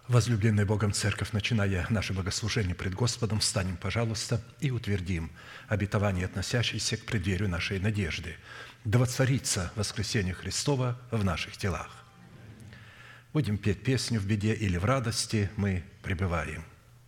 Возлюбленная Богом Церковь, начиная наше богослужение пред Господом, встанем, пожалуйста, и утвердим обетование, относящееся к преддверию нашей надежды. Да воцарится воскресение Христова в наших телах. Будем петь песню «В беде или в радости мы пребываем».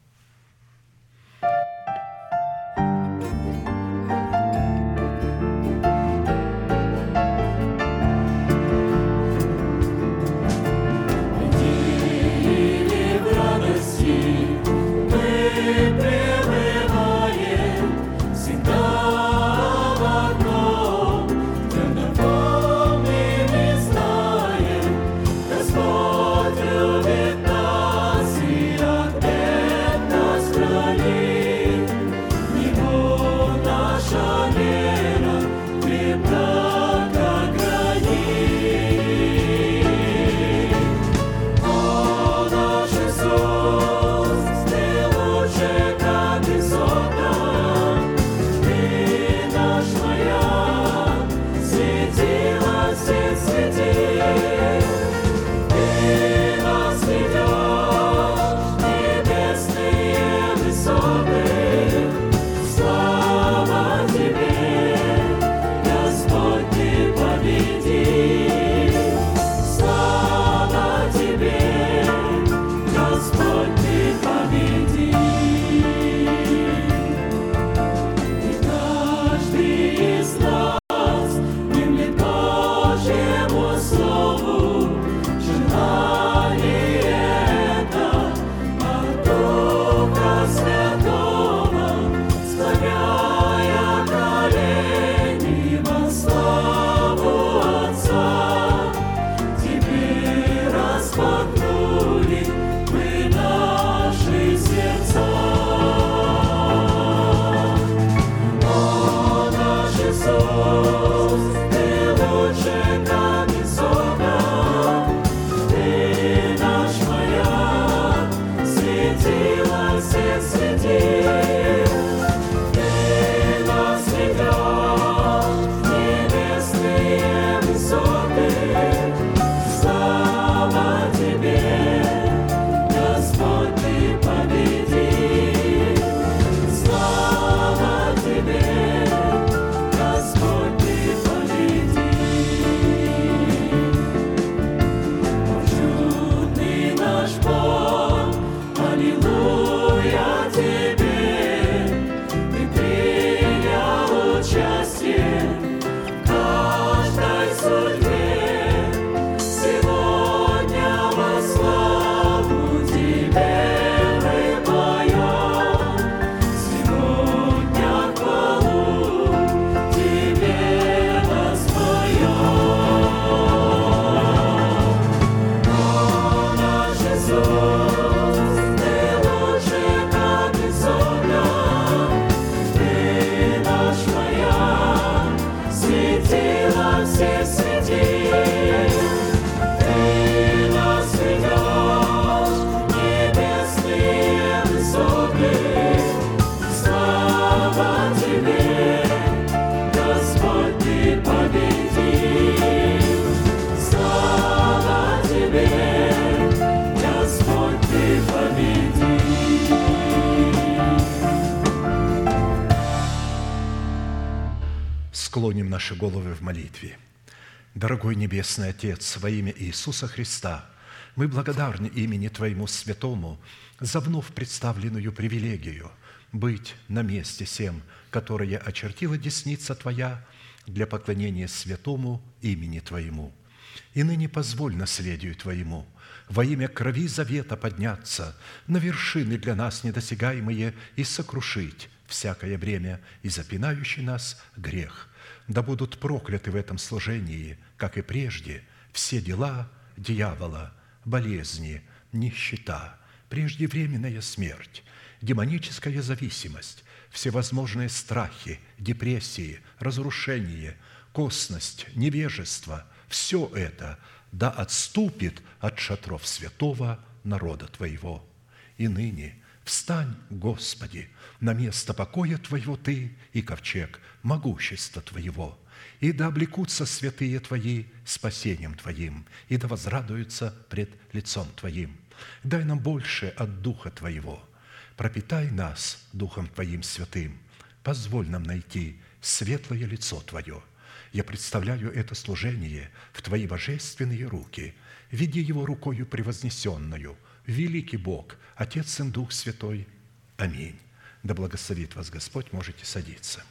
Склоним наши головы в молитве. Дорогой Небесный Отец, во имя Иисуса Христа, мы благодарны имени Твоему Святому за вновь представленную привилегию быть на месте сем, которое очертила десница Твоя для поклонения святому имени Твоему. И ныне позволь наследию Твоему во имя крови завета подняться на вершины для нас недосягаемые и сокрушить всякое бремя и запинающий нас грех. Да будут прокляты в этом служении, как и прежде, все дела дьявола, болезни, нищета, преждевременная смерть, демоническая зависимость, всевозможные страхи, депрессии, разрушение, косность, невежество – все это да отступит от шатров святого народа Твоего. И ныне встань, Господи, на место покоя Твоего Ты и ковчег могущества Твоего, и да облекутся святые Твои спасением Твоим, и да возрадуются пред лицом Твоим. Дай нам больше от Духа Твоего. Пропитай нас Духом Твоим святым. Позволь нам найти светлое лицо Твое. Я представляю это служение в Твои божественные руки. Веди его рукою превознесенную. Великий Бог, Отец, Сын, Дух Святой. Аминь. Да благословит вас Господь. Можете садиться.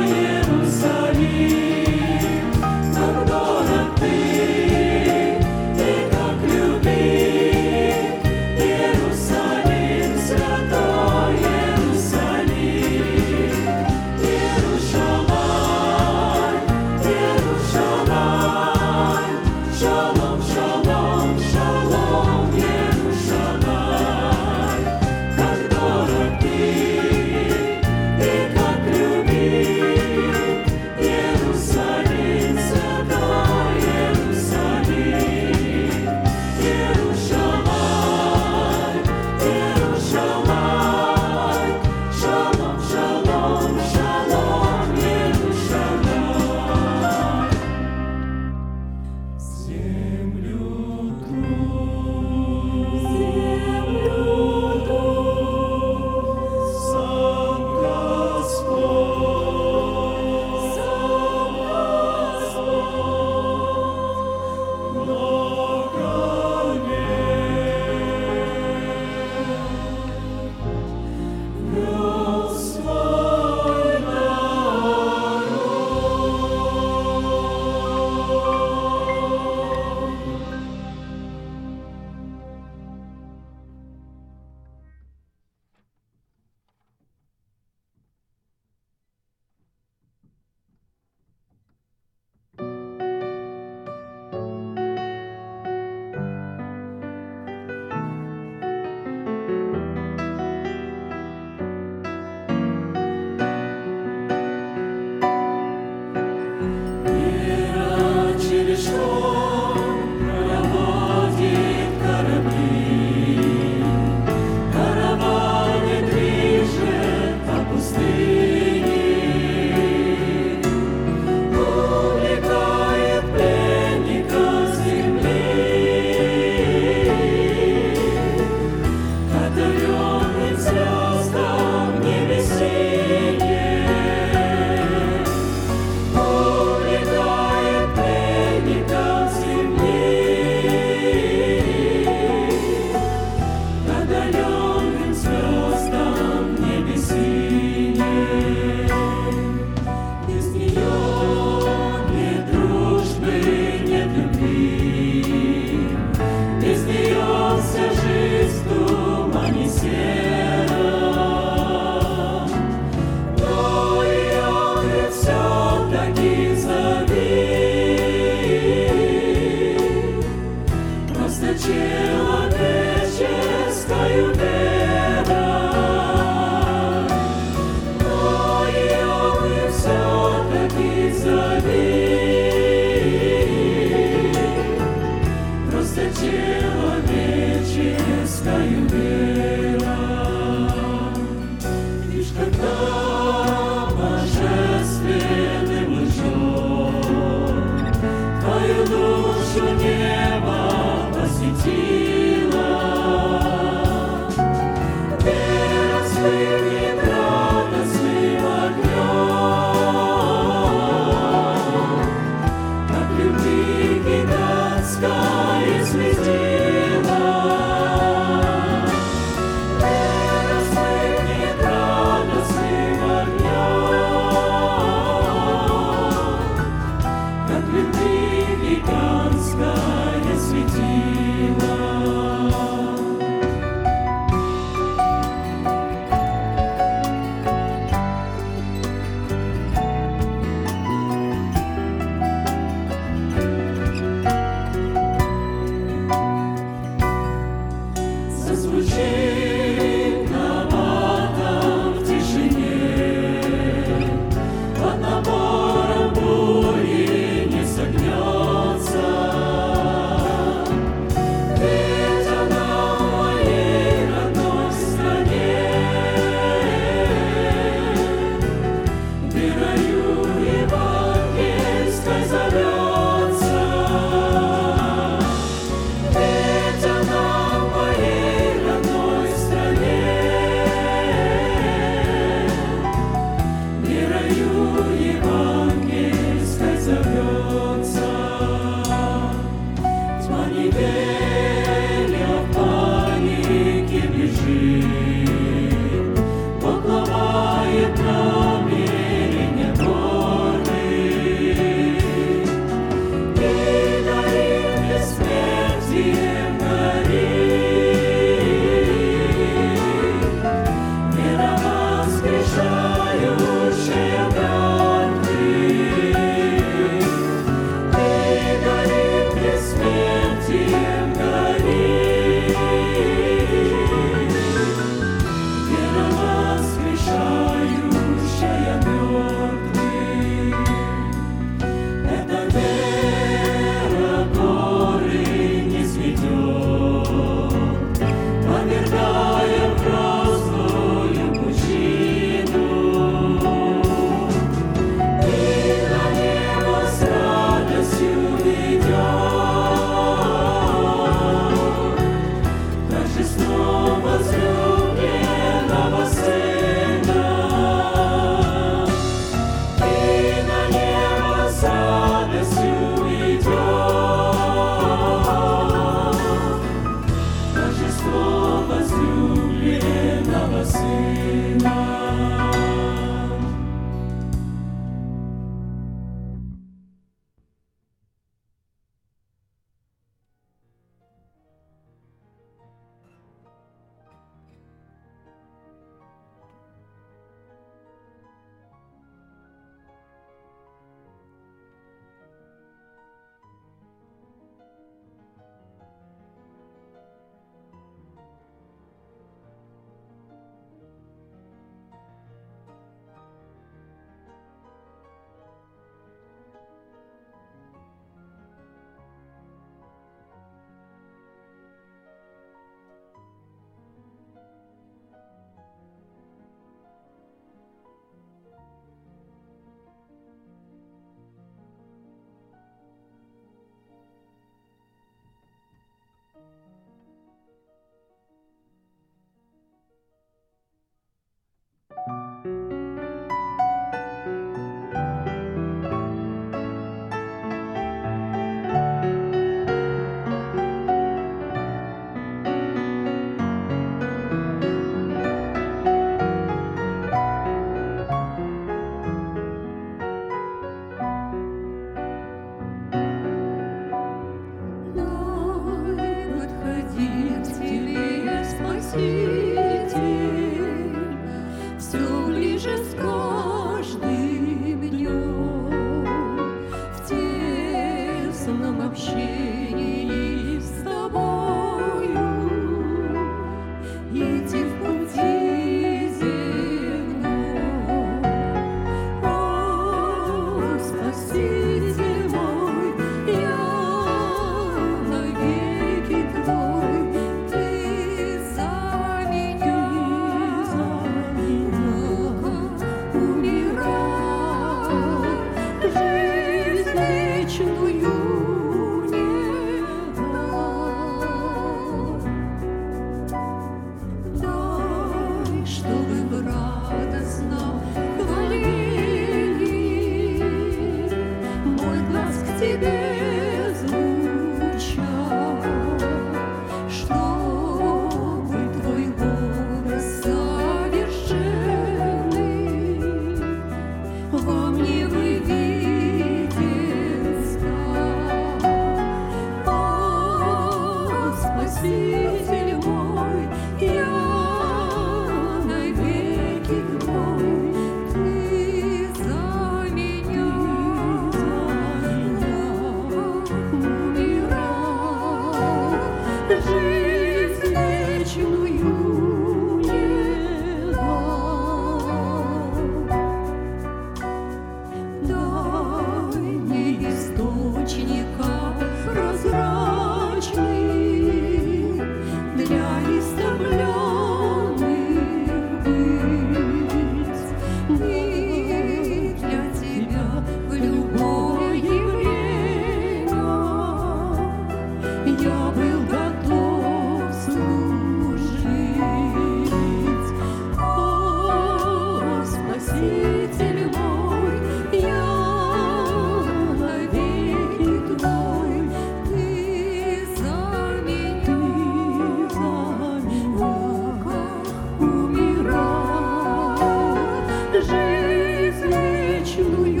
жизнь вечную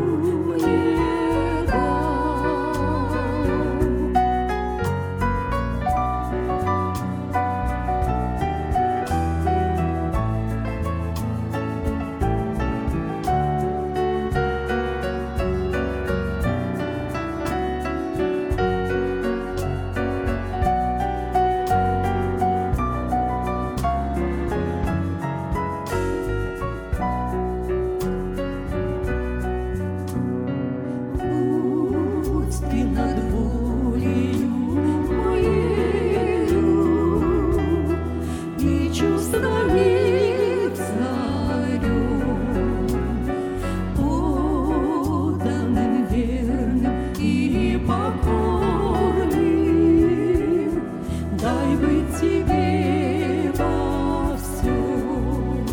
мне дал. Ты над волею моею и чувствами царем, поданным верным и покорным, дай быть тебе во всем.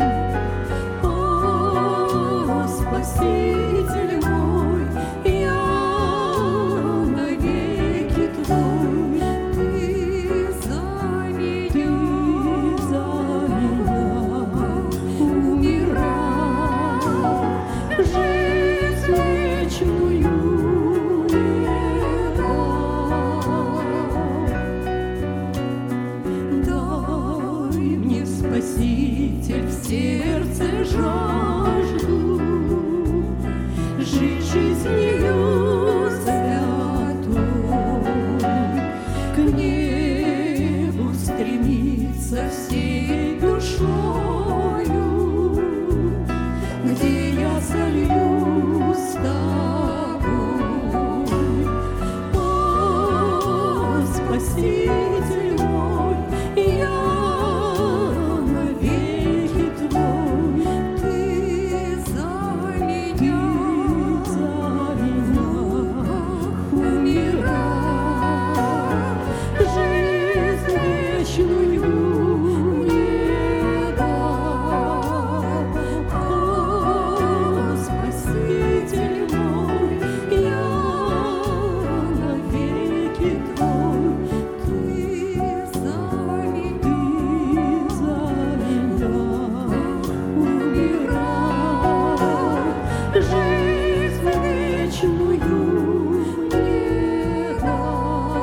О, Спаситель мой, я навеки твой, ты за меня умирал, жизнь вечную мне дал. Дай мне, Спаситель, в сердце жажду жить жизнью святой, к небу стремиться всей душою, где я солью с тобой. О, Спаситель мой, я навеки твой, ты за меня умирал, жизнь вечную мне дал. О, Спаситель мой, я навеки твой, ты за меня умирал, жизнь вечную мне дал.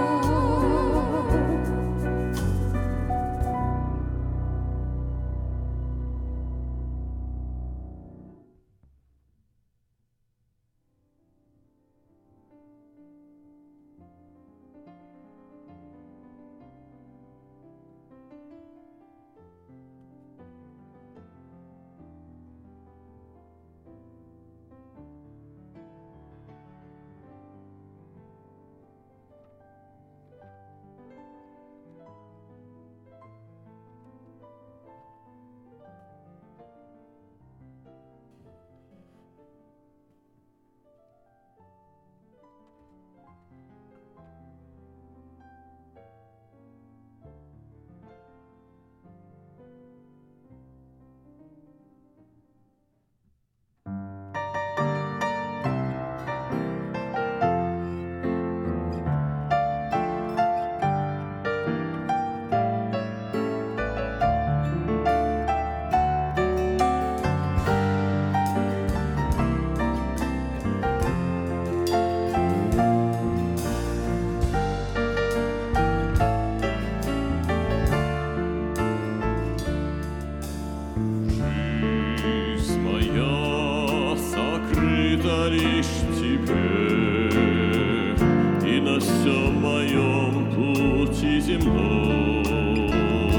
Жизнь моя сокрыта лишь в тебе, и на всем моем пути земном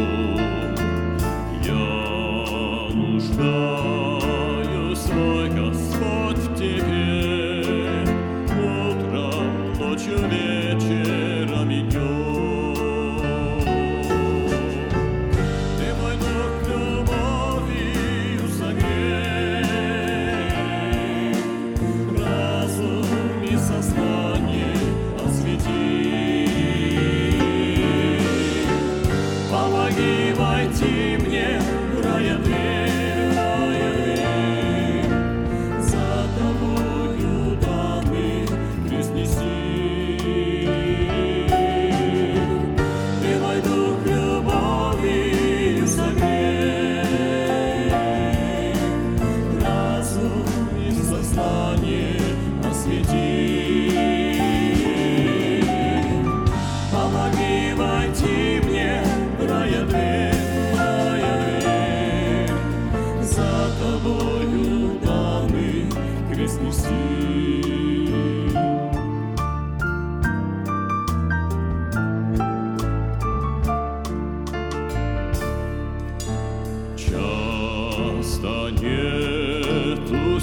я нуждаюсь, мой Господь, в тебе, утром, ночью, вечером и днем. Ты мой дух любовью согрей, разум и сознание освети. Помоги войти мне в рая дверь, за тобою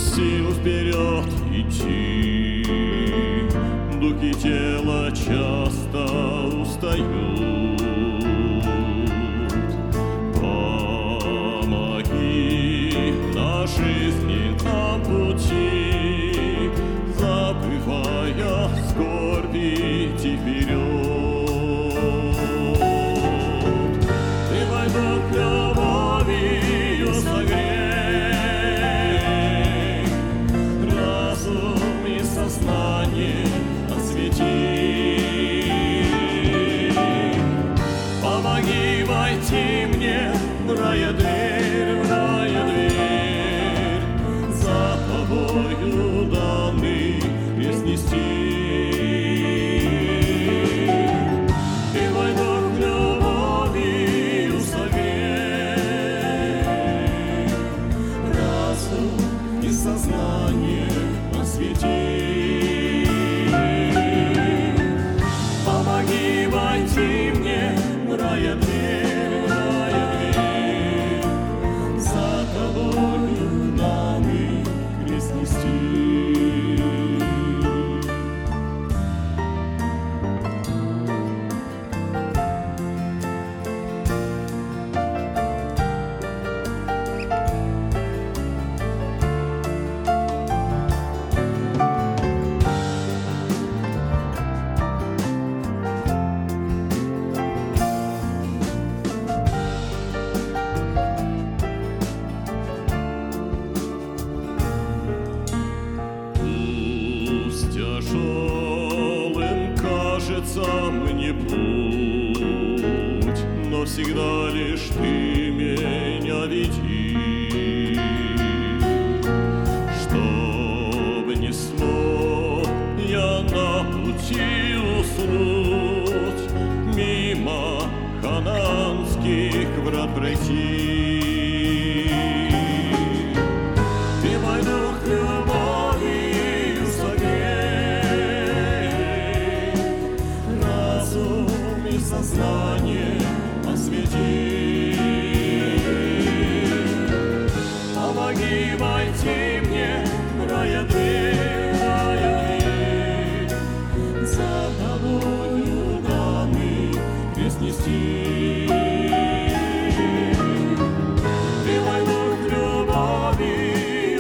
сил вперед идти. Дух и тело часто устают. Помоги на жизненном пути, забывая скорби, идти вперед. Ты, мой Бог, любовью согрей, разум и сознание освети. Помоги войти мне в рая дверь, за тобою данный крест нести. Ты, мой Бог, любовью согрей, разум и сознание освети. Помоги войти мне в рая дверь, за тобою данный крест нести. Пусть тяжелым кажется мне путь, но всегда лишь ты меня веди, чтоб не смог я на пути уснуть, мимо хананских врат пройти. Ты, мой дух, любовью согрей, разум и сознание освети. Помоги войти мне в рая дверь, за тобою данный крест нести. Ты, мой дух, любовью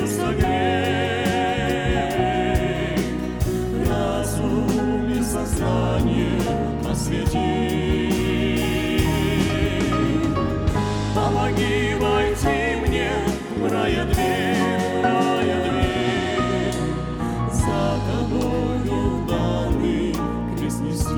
согрей, разум и сознание освети. Помоги войти мне в рая дверь, за тобою данный крест нести.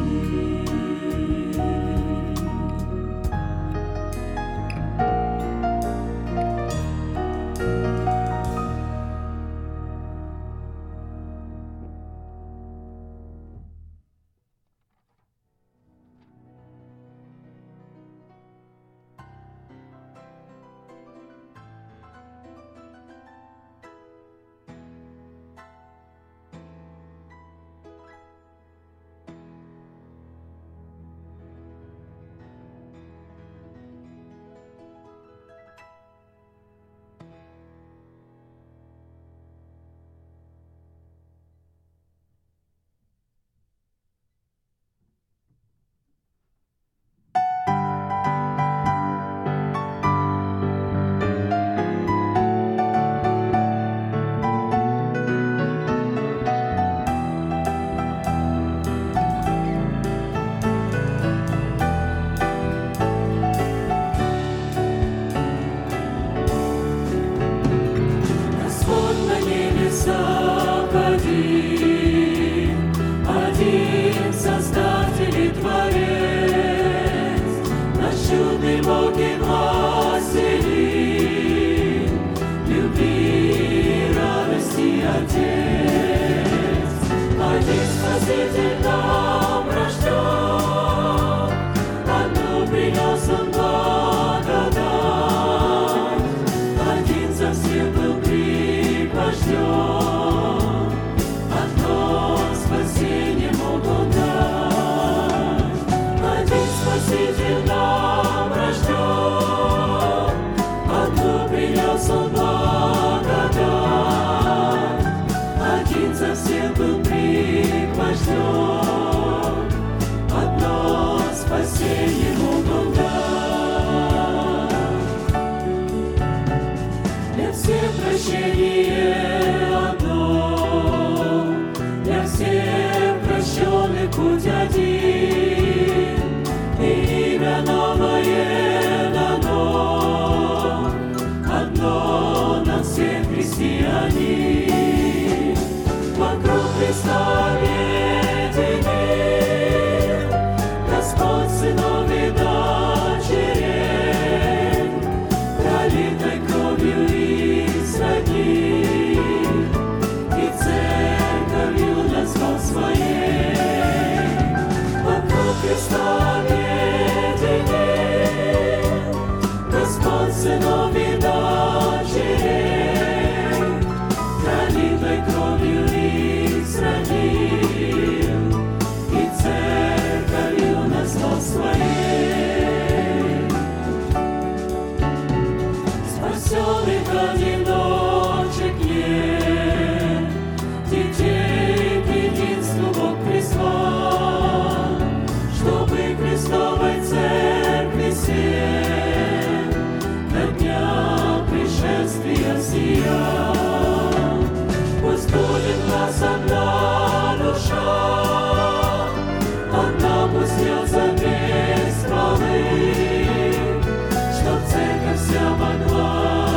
принес он благодать. они вокруг Христа объединил. Господь сынов и дочерей пролитой кровью изродил и церковью назвал своей. Вокруг Христа объединил Господь сынов и дочерей пролитой кровью изродил и церковью назвал своей. Спасенных одиночек нет, детей к единству Бог призвал, чтобы Христовой церкви свет до дня пришествия сиял. Пусть будет в нас одна душа, одна пусть льется без хвалы, чтоб церковь вся могла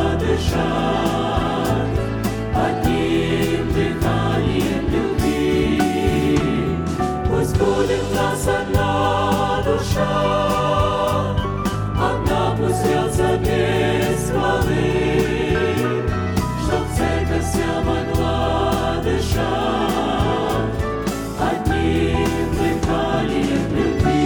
дышать одним дыханием любви. Пусть будет в нас одна душа, одна пусть льется без хвалы, чтоб церковь вся могла дышать одним дыханием любви.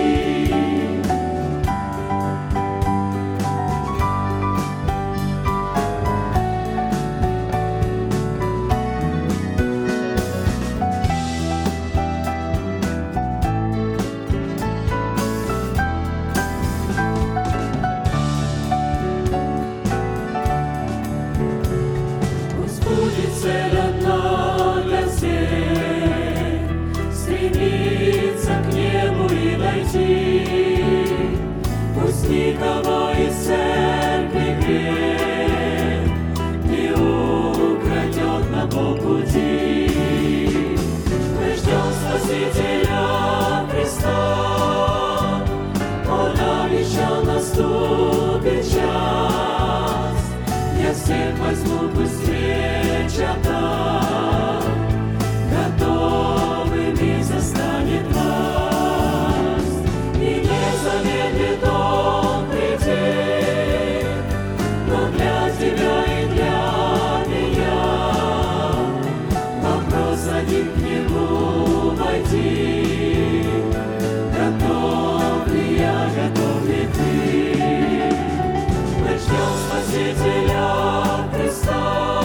Пусть будет цель одна для всех, стремиться к небу и найти. Пусть никого из церкви грех не украдет на полпути. Мы ждем Спасителя Христа, Он обещал, наступит час. Я всех возьму, пусть встреча там готовыми застанет нас. И не замедлит Он прийти, но для тебя и для меня вопрос один к Нему войти. Готов ли я, готов ли ты? Мы ждем Спасителя Христа,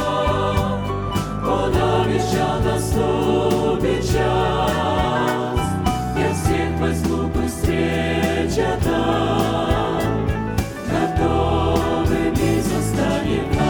Он обещал, наступит час. Я всех возьму, пусть встреча там готовыми застанет нас.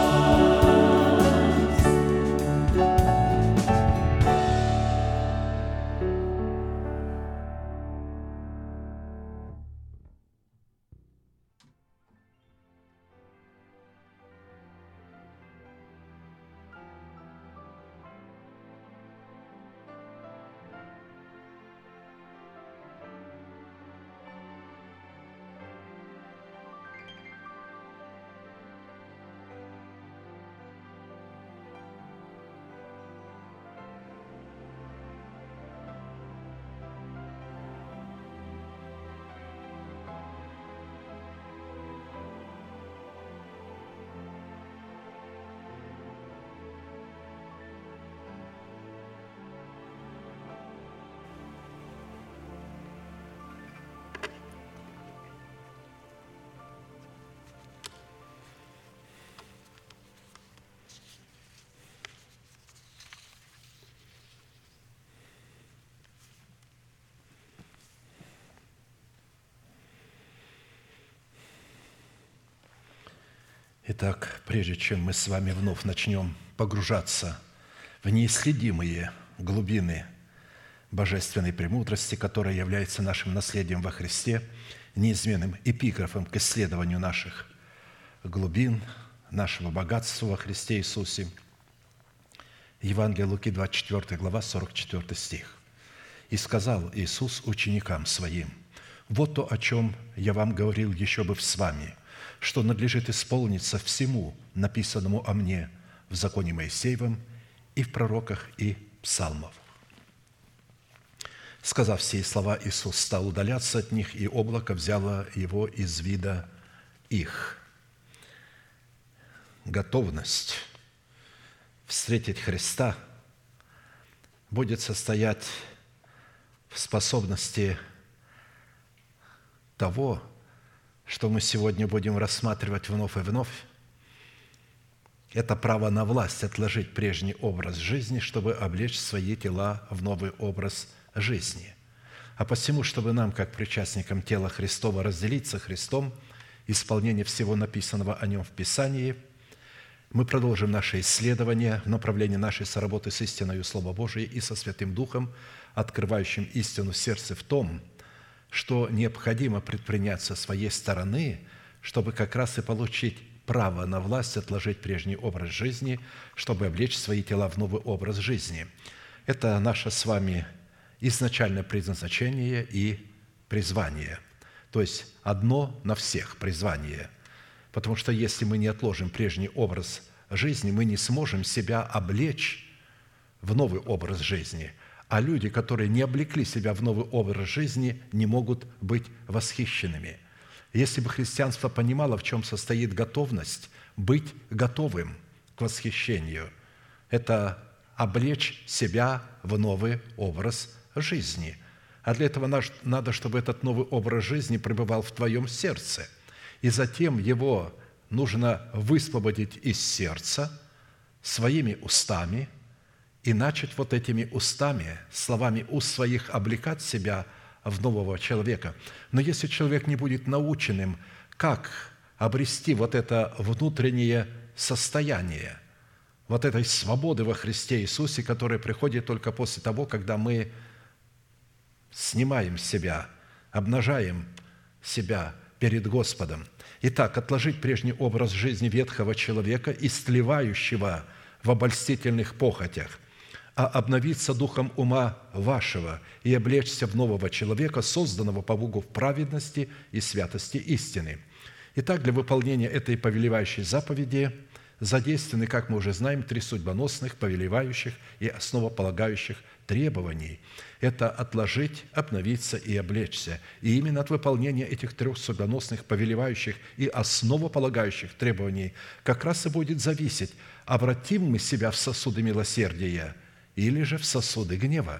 Итак, прежде чем мы с вами вновь начнем погружаться в неисследимые глубины божественной премудрости, которая является нашим наследием во Христе, неизменным эпиграфом к исследованию наших глубин, нашего богатства во Христе Иисусе, Евангелие Луки, 24 глава, 44 стих. «И сказал Иисус ученикам Своим: вот то, о чем я вам говорил еще бы с вами, что надлежит исполниться всему написанному о Мне в законе Моисеевом и в пророках и псалмах». Сказав сии слова, Иисус стал удаляться от них, и облако взяло его из вида их. Готовность встретить Христа будет состоять в способности того, что мы сегодня будем рассматривать вновь и вновь. Это право на власть отложить прежний образ жизни, чтобы облечь свои тела в новый образ жизни. А посему, чтобы нам, как причастникам тела Христова, разделить со Христом исполнение всего написанного о Нем в Писании, мы продолжим наше исследование в направлении нашей соработы с истиною Слова Божия и со Святым Духом, открывающим истину в сердце в том, что необходимо предпринять со своей стороны, чтобы как раз и получить право на власть отложить прежний образ жизни, чтобы облечь свои тела в новый образ жизни. Это наше с вами изначальное предназначение и призвание. То есть одно на всех призвание. Потому что если мы не отложим прежний образ жизни, мы не сможем себя облечь в новый образ жизни. А люди, которые не облекли себя в новый образ жизни, не могут быть восхищенными. Если бы христианство понимало, в чем состоит готовность, быть готовым к восхищению, это облечь себя в новый образ жизни. А для этого надо, чтобы этот новый образ жизни пребывал в твоем сердце. И затем его нужно высвободить из сердца своими устами и начать вот этими устами, словами уст своих облекать себя в нового человека. Но если человек не будет наученным, как обрести вот это внутреннее состояние, вот этой свободы во Христе Иисусе, которая приходит только после того, когда мы снимаем себя, обнажаем себя перед Господом. Итак, отложить прежний образ жизни ветхого человека, истлевающего в обольстительных похотях, а обновиться духом ума вашего и облечься в нового человека, созданного по Богу в праведности и святости истины. Итак, для выполнения этой повелевающей заповеди задействованы, как мы уже знаем, 3 судьбоносных, повелевающих и основополагающих требований. Это отложить, обновиться и облечься. И именно от выполнения этих 3 судьбоносных, повелевающих и основополагающих требований как раз и будет зависеть, обратим мы себя в сосуды милосердия или же в сосуды гнева.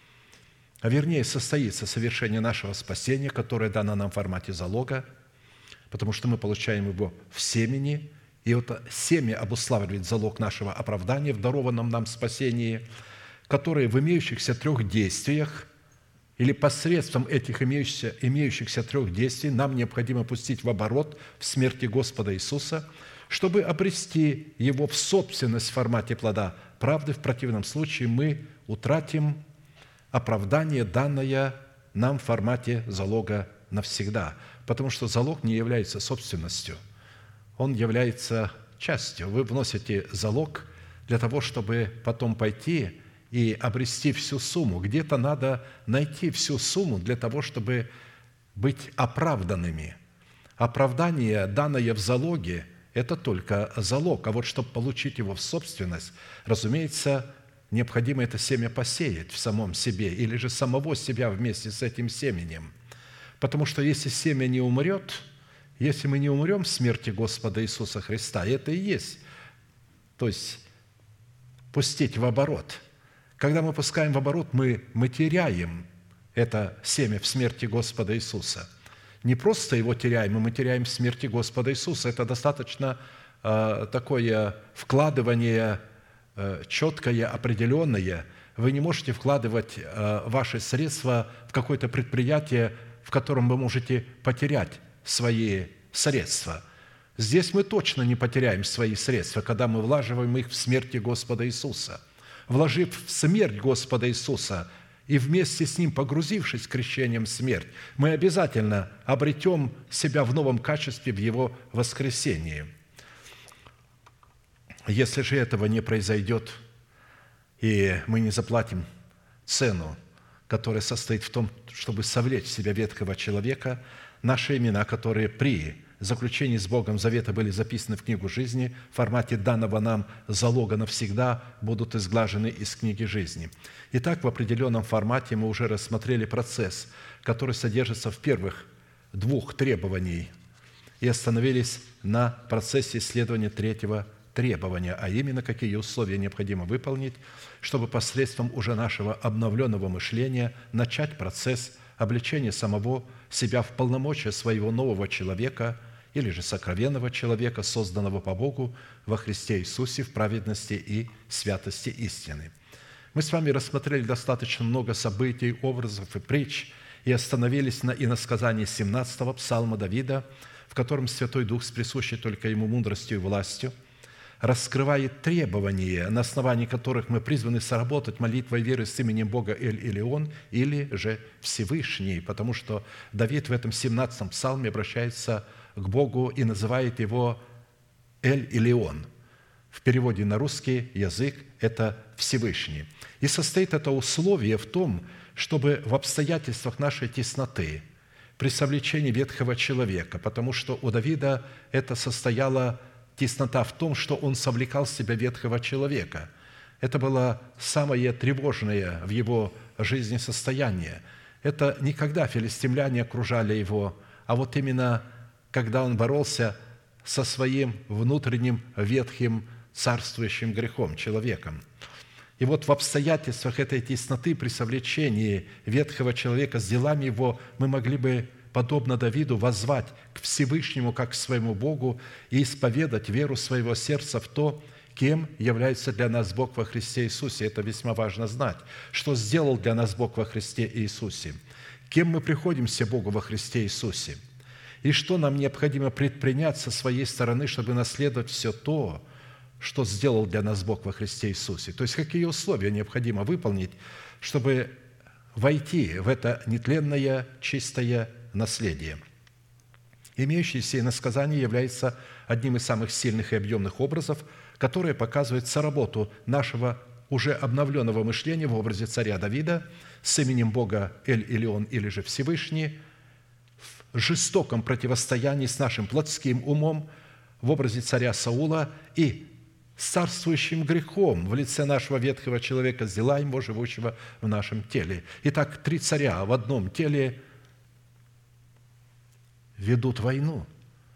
А вернее, состоится совершение нашего спасения, которое дано нам в формате залога, потому что мы получаем его в семени, и это семя обуславливает залог нашего оправдания в дарованном нам спасении, которые в имеющихся 3 действиях или посредством этих имеющихся 3 действий нам необходимо пустить в оборот в смерти Господа Иисуса, чтобы обрести Его в собственность в формате плода правды. В противном случае мы утратим оправдание, данное нам в формате залога навсегда, потому что залог не является собственностью, он является частью. Вы вносите залог для того, чтобы потом пойти и обрести всю сумму. Где-то надо найти всю сумму для того, чтобы быть оправданными. Оправдание, данное в залоге, это только залог. А вот чтобы получить его в собственность, разумеется, необходимо это семя посеять в самом себе или же самого себя вместе с этим семенем. Потому что если семя не умрет, если мы не умрем в смерти Господа Иисуса Христа, это и есть, то есть пустить в оборот. Когда мы пускаем в оборот, мы теряем это семя в смерти Господа Иисуса. Не просто его теряем, мы теряем в смерти Господа Иисуса. Это достаточно такое вкладывание четкое, определенное. Вы не можете вкладывать ваши средства в какое-то предприятие, в котором вы можете потерять свои средства. Здесь мы точно не потеряем свои средства, когда мы влаживаем их в смерти Господа Иисуса. Вложив в смерть Господа Иисуса и вместе с Ним погрузившись крещением в смерть, мы обязательно обретем себя в новом качестве в Его воскресении. Если же этого не произойдет, и мы не заплатим цену, которая состоит в том, чтобы совлечь в себя ветхого человека, наши имена, которые при заключений с Богом завета были записаны в книгу жизни, в формате данного нам залога навсегда будут изглажены из книги жизни. Итак, в определенном формате мы уже рассмотрели процесс, который содержится в первых двух требований, и остановились на процессе исследования третьего требования, а именно, какие условия необходимо выполнить, чтобы посредством уже нашего обновленного мышления начать процесс облечения самого себя в полномочия своего нового человека или же сокровенного человека, созданного по Богу во Христе Иисусе в праведности и святости истины. Мы с вами рассмотрели достаточно много событий, образов и притч и остановились на иносказании 17-го псалма Давида, в котором Святой Дух с присущей только Ему мудростью и властью раскрывает требования, на основании которых мы призваны соработать молитвой веры с именем Бога Эль-Илион или же Всевышний, потому что Давид в этом 17-м псалме обращается к Богу и называет Его Эль-Илион. В переводе на русский язык это Всевышний. И состоит это условие в том, чтобы в обстоятельствах нашей тесноты, при совлечении ветхого человека, потому что у Давида это состояло теснота в том, что он совлекал в себя ветхого человека. Это было самое тревожное в его жизни состояние. Это не когда филистимляне окружали его, а вот именно когда он боролся со своим внутренним ветхим царствующим грехом, человеком. И вот в обстоятельствах этой тесноты при совлечении ветхого человека с делами его мы могли бы, подобно Давиду, воззвать к Всевышнему, как к своему Богу, и исповедать веру своего сердца в то, кем является для нас Бог во Христе Иисусе. Это весьма важно знать, что сделал для нас Бог во Христе Иисусе, кем мы приходимся Богу во Христе Иисусе, и что нам необходимо предпринять со своей стороны, чтобы наследовать все то, что сделал для нас Бог во Христе Иисусе. То есть, какие условия необходимо выполнить, чтобы войти в это нетленное, чистое наследие. Имеющееся иносказание является одним из самых сильных и объемных образов, которые показывают соработу нашего уже обновленного мышления в образе царя Давида с именем Бога Эль-Илион или же Всевышний в жестоком противостоянии с нашим плотским умом в образе царя Саула и с царствующим грехом в лице нашего ветхого человека, с делами его, живущего в нашем теле. Итак, три царя в одном теле ведут войну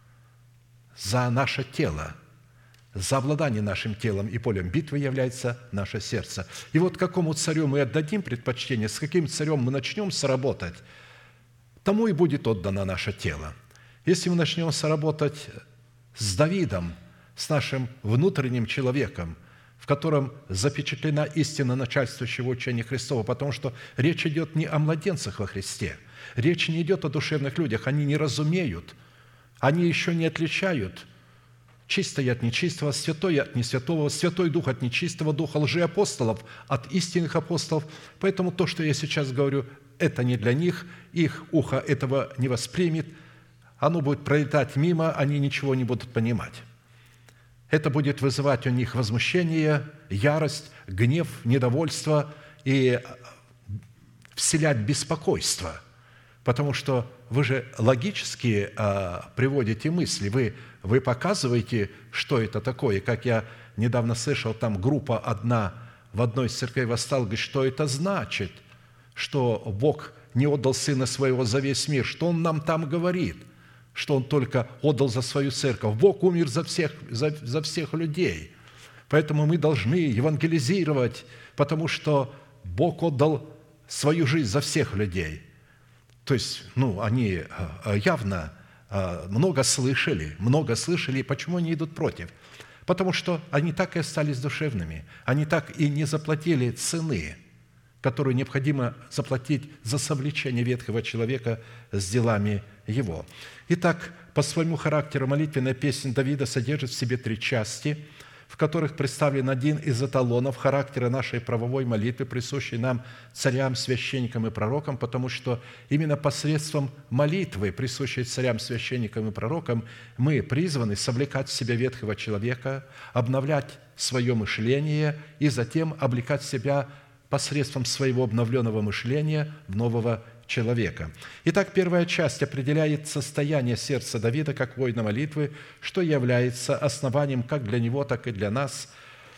за наше тело, за обладание нашим телом, и полем битвы является наше сердце. И вот какому царю мы отдадим предпочтение, с каким царем мы начнем соработать, тому и будет отдано наше тело. Если мы начнем соработать с Давидом, с нашим внутренним человеком, в котором запечатлена истина начальствующего учения Христова, потому что речь идет не о младенцах во Христе, речь не идет о душевных людях, они не разумеют, они еще не отличают чистое от нечистого, святое от несвятого, Святой Дух от нечистого духа, лжеапостолов от истинных апостолов. Поэтому то, что я сейчас говорю, это не для них, их ухо этого не воспримет, оно будет пролетать мимо, они ничего не будут понимать. Это будет вызывать у них возмущение, ярость, гнев, недовольство и вселять беспокойство, потому что вы же логически приводите мысли, вы показываете, что это такое. Как я недавно слышал, там группа одна в одной из церквей восстала, говорит, что это значит, что Бог не отдал Сына Своего за весь мир, что Он нам там говорит, что Он только отдал за свою церковь. Бог умер за всех людей. Поэтому мы должны евангелизировать, потому что Бог отдал свою жизнь за всех людей. То есть, они явно много слышали, и почему они идут против? Потому что они так и остались душевными, они так и не заплатили цены, которую необходимо заплатить за совлечение ветхого человека с делами его. Итак, по своему характеру молитвенная песня Давида содержит в себе три части, в которых представлен один из эталонов характера нашей правовой молитвы, присущей нам, царям, священникам и пророкам, потому что именно посредством молитвы, присущей царям, священникам и пророкам, мы призваны совлекать в себя ветхого человека, обновлять свое мышление и затем облекать себя посредством своего обновленного мышления в нового человека. Итак, первая часть определяет состояние сердца Давида как воина молитвы, что является основанием как для него, так и для нас,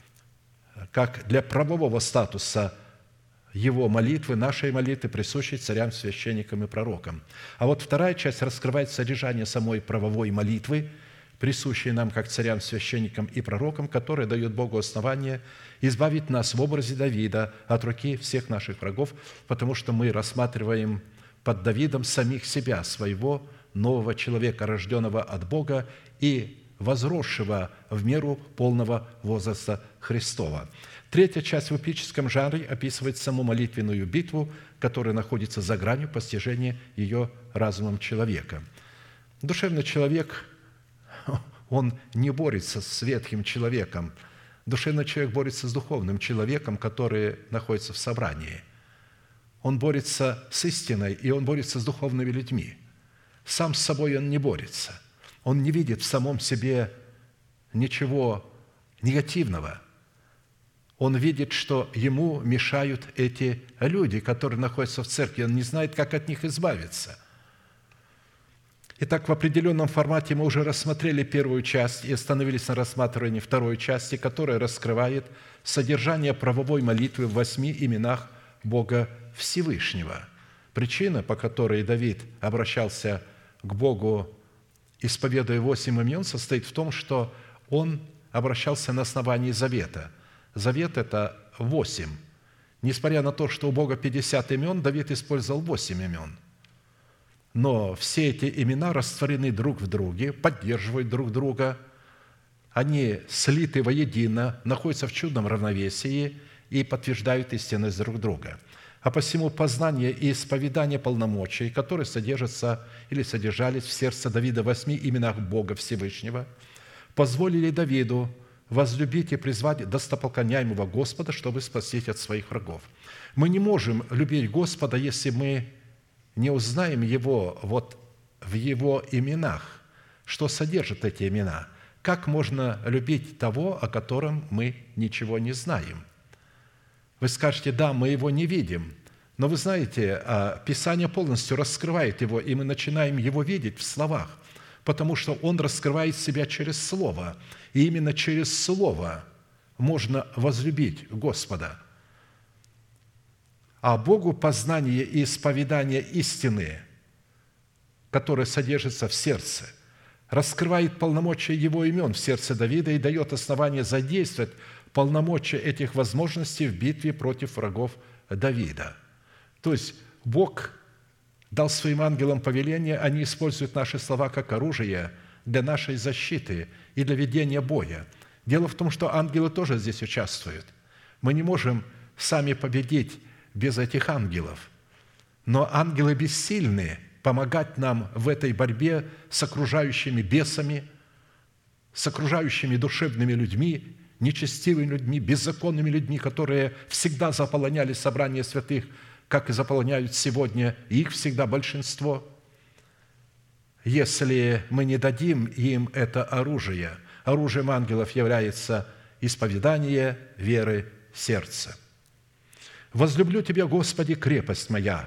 как для правового статуса его молитвы, нашей молитвы, присущей царям, священникам и пророкам. А вот вторая часть раскрывает содержание самой правовой молитвы, присущей нам как царям, священникам и пророкам, которая дает Богу основание избавить нас в образе Давида от руки всех наших врагов, потому что мы рассматриваем под Давидом самих себя, своего нового человека, рожденного от Бога и возросшего в меру полного возраста Христова. Третья часть в эпическом жанре описывает саму молитвенную битву, которая находится за гранью постижения ее разумом человека. Душевный человек, он не борется с ветхим человеком. Душевный человек борется с духовным человеком, который находится в собрании. Он борется с истиной, и он борется с духовными людьми. Сам с собой он не борется. Он не видит в самом себе ничего негативного. Он видит, что ему мешают эти люди, которые находятся в церкви. Он не знает, как от них избавиться. Итак, в определенном формате мы уже рассмотрели первую часть и остановились на рассматривании второй части, которая раскрывает содержание правовой молитвы в 8 именах Бога Всевышнего. Причина, по которой Давид обращался к Богу, исповедуя 8 имен, состоит в том, что он обращался на основании завета. Завет – это 8. Несмотря на то, что у Бога 50 имен, Давид использовал 8 имен. Но все эти имена растворены друг в друге, поддерживают друг друга, они слиты воедино, находятся в чудном равновесии и подтверждают истинность друг друга. А посему познание и исповедание полномочий, которые содержатся или содержались в сердце Давида в 8 именах Бога Всевышнего, позволили Давиду возлюбить и призвать достопоклоняемого Господа, чтобы спастись от своих врагов. Мы не можем любить Господа, если мы не узнаем Его вот в Его именах, что содержат эти имена. Как можно любить того, о котором мы ничего не знаем? Вы скажете, да, мы Его не видим, но вы знаете, Писание полностью раскрывает Его, и мы начинаем Его видеть в словах, потому что Он раскрывает себя через Слово, и именно через Слово можно возлюбить Господа. А Богу познание и исповедание истины, которое содержится в сердце, раскрывает полномочия Его имен в сердце Давида и дает основание задействовать полномочия этих возможностей в битве против врагов Давида. То есть Бог дал своим ангелам повеление, они используют наши слова как оружие для нашей защиты и для ведения боя. Дело в том, что ангелы тоже здесь участвуют. Мы не можем сами победить без этих ангелов. Но ангелы бессильны помогать нам в этой борьбе с окружающими бесами, с окружающими душевными людьми, нечестивыми людьми, беззаконными людьми, которые всегда заполоняли собрания святых, как и заполоняют сегодня, и их всегда большинство. Если мы не дадим им это оружие, оружием ангелов является исповедание веры сердца. «Возлюблю Тебя, Господи, крепость моя,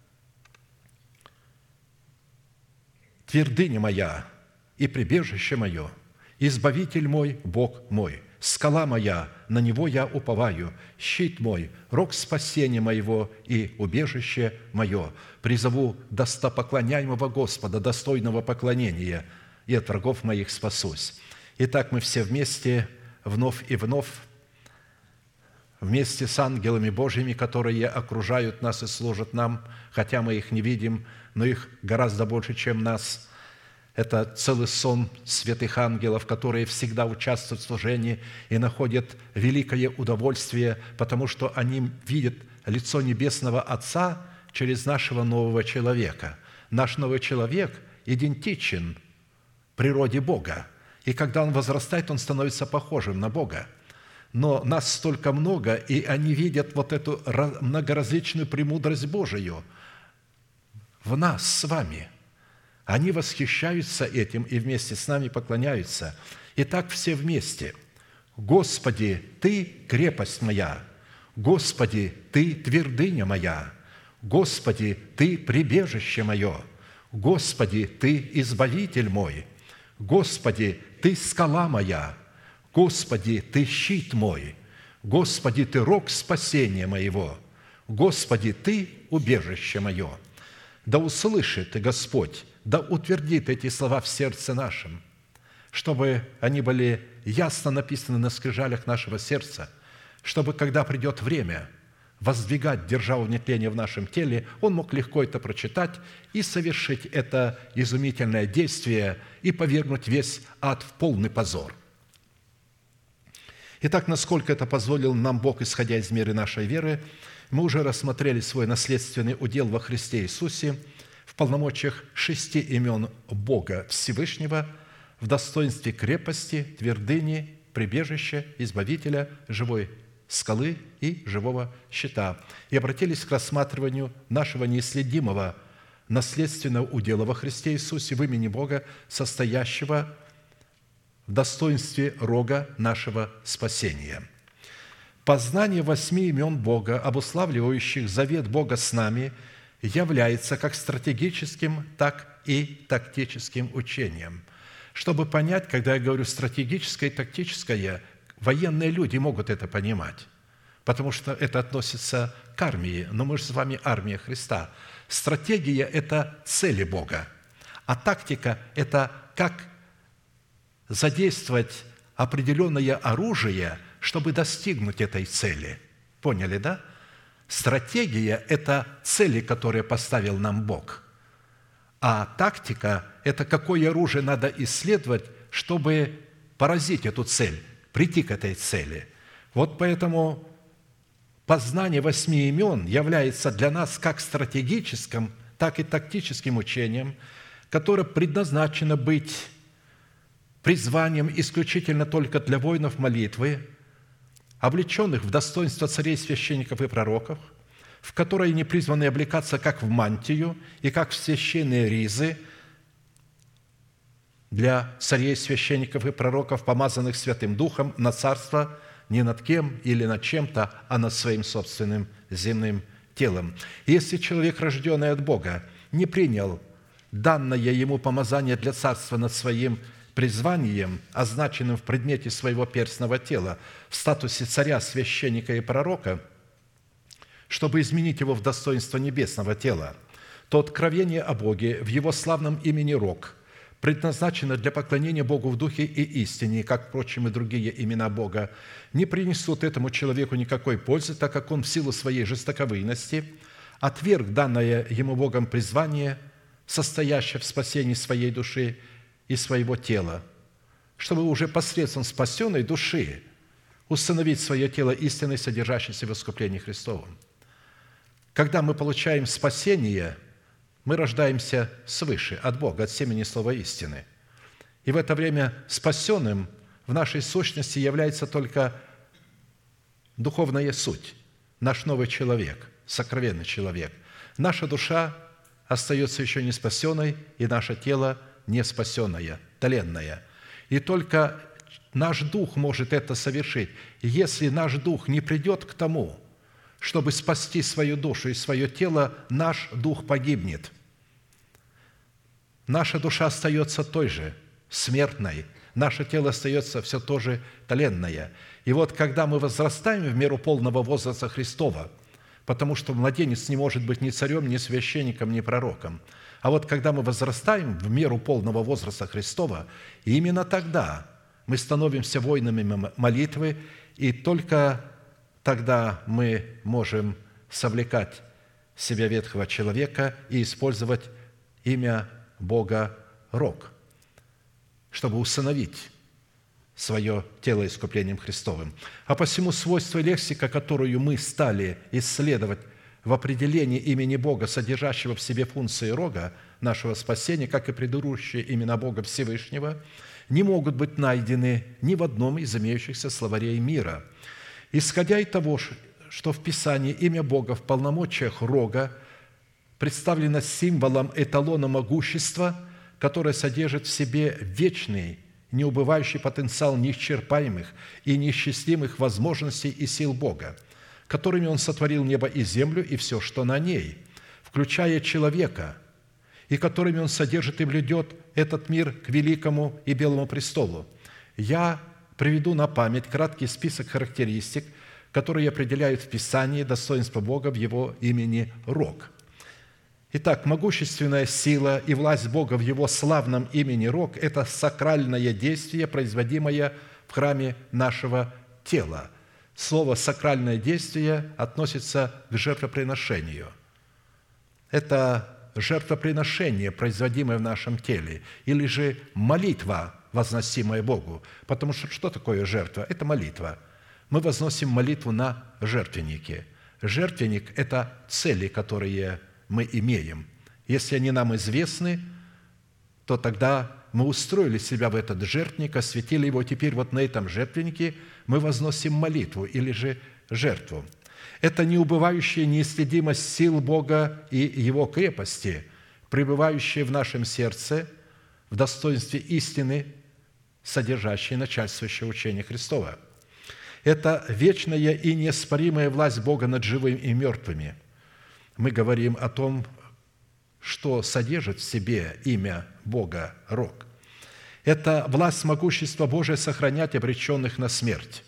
твердыня моя и прибежище мое, избавитель мой, Бог мой, скала моя, на Него я уповаю, щит мой, рог спасения моего и убежище мое. Призову достопоклоняемого Господа, достойного поклонения, и от врагов моих спасусь». Итак, мы все вместе, вновь и вновь, вместе с ангелами Божьими, которые окружают нас и служат нам, хотя мы их не видим, но их гораздо больше, чем нас. Это целый сон святых ангелов, которые всегда участвуют в служении и находят великое удовольствие, потому что они видят лицо Небесного Отца через нашего нового человека. Наш новый человек идентичен природе Бога, и когда он возрастает, он становится похожим на Бога. Но нас столько много, и они видят вот эту многоразличную премудрость Божию в нас с вами. Они восхищаются этим и вместе с нами поклоняются. Итак, все вместе. «Господи, Ты – крепость моя! Господи, Ты – твердыня моя! Господи, Ты прибежище мое! Господи, Ты избавитель мой! Господи, Ты скала моя! Господи, Ты щит мой! Господи, Ты рог спасения моего! Господи, Ты убежище мое!» Да услышит Господь, да утвердит эти слова в сердце нашем, чтобы они были ясно написаны на скрижалях нашего сердца, чтобы, когда придет время воздвигать державу нетления в нашем теле, он мог легко это прочитать и совершить это изумительное действие и повергнуть весь ад в полный позор. Итак, насколько это позволил нам Бог, исходя из меры нашей веры, мы уже рассмотрели свой наследственный удел во Христе Иисусе в полномочиях 6 имен Бога Всевышнего, в достоинстве крепости, твердыни, прибежища, избавителя, живой скалы и живого щита. И обратились к рассматриванию нашего неисследимого наследственного удела во Христе Иисусе в имени Бога, состоящего в достоинстве рога нашего спасения. Познание 8 имен Бога, обуславливающих завет Бога с нами, является как стратегическим, так и тактическим учением. Чтобы понять, когда я говорю стратегическое и тактическое, военные люди могут это понимать, потому что это относится к армии, но мы же с вами армия Христа. Стратегия – это цели Бога, а тактика – это как задействовать определенное оружие, чтобы достигнуть этой цели. Поняли, да? Стратегия – это цели, которые поставил нам Бог. А тактика – это какое оружие надо исследовать, чтобы поразить эту цель, прийти к этой цели. Вот поэтому познание 8 имен является для нас как стратегическим, так и тактическим учением, которое предназначено быть призванием исключительно только для воинов молитвы, облеченных в достоинство царей, священников и пророков, в которые они призваны облекаться как в мантию и как в священные ризы для царей, священников и пророков, помазанных Святым Духом на царство не над кем или над чем-то, а над своим собственным земным телом. И если человек, рожденный от Бога, не принял данное ему помазание для царства над своим призванием, означенным в предмете своего перстного тела, в статусе царя, священника и пророка, чтобы изменить его в достоинство небесного тела, то откровение о Боге в Его славном имени Рог предназначено для поклонения Богу в духе и истине, как, впрочем, и другие имена Бога, не принесут этому человеку никакой пользы, так как он в силу своей жестоковыйности отверг данное ему Богом призвание, состоящее в спасении своей души и своего тела, чтобы уже посредством спасенной души установить свое тело истиной, содержащейся в искуплении Христовом. Когда мы получаем спасение, мы рождаемся свыше, от Бога, от семени слова истины. И в это время спасенным в нашей сущности является только духовная суть, наш новый человек, сокровенный человек. Наша душа остается еще не спасенной, и наше тело не спасенное, тленное. И только наш дух может это совершить. Если наш дух не придет к тому, чтобы спасти свою душу и свое тело, наш дух погибнет. Наша душа остается той же, смертной. Наше тело остается все то же тленное. И вот когда мы возрастаем в меру полного возраста Христова, потому что младенец не может быть ни царем, ни священником, ни пророком, а вот когда мы возрастаем в меру полного возраста Христова, именно тогда мы становимся воинами молитвы, и только тогда мы можем совлекать в себя ветхого человека и использовать имя Бога Рог, чтобы усыновить свое тело искуплением Христовым. А посему свойство и лексика, которую мы стали исследовать в определении имени Бога, содержащего в себе функции рога нашего спасения, как и предыдущие имена Бога Всевышнего, не могут быть найдены ни в одном из имеющихся словарей мира. Исходя из того, что в Писании имя Бога в полномочиях рога представлено символом эталона могущества, которое содержит в себе вечный, неубывающий потенциал неисчерпаемых и неисчислимых возможностей и сил Бога, которыми Он сотворил небо и землю и все, что на ней, включая человека, и которыми Он содержит и блюдет этот мир к великому и белому престолу. Я приведу на память краткий список характеристик, которые определяют в Писании достоинство Бога в Его имени Рог. Итак, могущественная сила и власть Бога в Его славном имени Рог – это сакральное действие, производимое в храме нашего тела. Слово «сакральное действие» относится к жертвоприношению. Это жертвоприношение, производимое в нашем теле, или же молитва, возносимая Богу. Потому что такое жертва? Это молитва. Мы возносим молитву на жертвеннике. Жертвенник – это цели, которые мы имеем. Если они нам известны, то тогда мы устроили себя в этот жертвенник, осветили его. Теперь вот на этом жертвеннике мы возносим молитву или же жертву. Это неубывающая неисследимость сил Бога и Его крепости, пребывающая в нашем сердце в достоинстве истины, содержащей начальствующее учение Христова. Это вечная и неоспоримая власть Бога над живыми и мертвыми. Мы говорим о том, что содержит в себе имя Бога Рог. Это власть могущества Божия сохранять обреченных на смерть.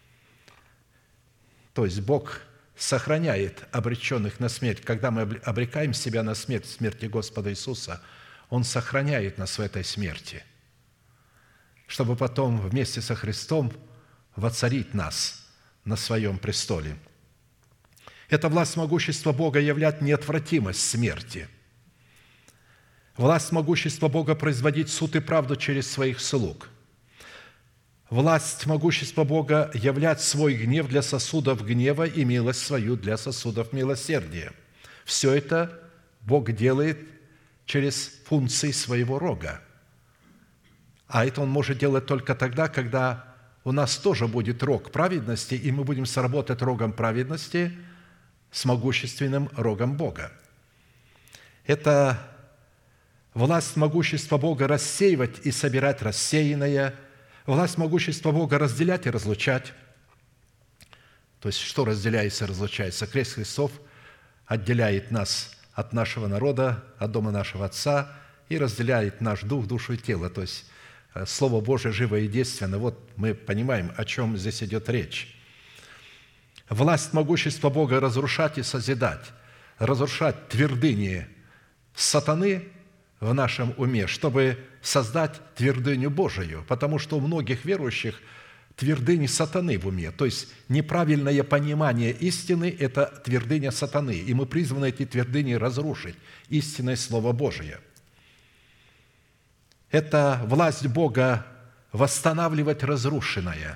То есть Бог сохраняет обреченных на смерть. Когда мы обрекаем себя на смерть в смерти Господа Иисуса, Он сохраняет нас в этой смерти, чтобы потом вместе со Христом воцарить нас на Своем престоле. Эта власть могущества Бога являет неотвратимость смерти. Власть могущества Бога производить суд и правду через Своих слуг. Власть могущества Бога являть свой гнев для сосудов гнева и милость свою для сосудов милосердия. Все это Бог делает через функции Своего Рога. А это Он может делать только тогда, когда у нас тоже будет рог праведности, и мы будем сработать рогом праведности с могущественным рогом Бога. Это власть могущества Бога рассеивать и собирать рассеянное, власть могущества Бога разделять и разлучать. То есть, что разделяется и разлучается? Крест Христов отделяет нас от нашего народа, от дома нашего Отца и разделяет наш дух, душу и тело. То есть, Слово Божие живо и действенно. Вот мы понимаем, о чем здесь идет речь. Власть могущества Бога разрушать и созидать, разрушать твердыни сатаны в нашем уме, чтобы создать твердыню Божию, потому что у многих верующих твердыни сатаны в уме, то есть неправильное понимание истины – это твердыня сатаны, и мы призваны эти твердыни разрушить истинное Слово Божие. Это власть Бога восстанавливать разрушенное.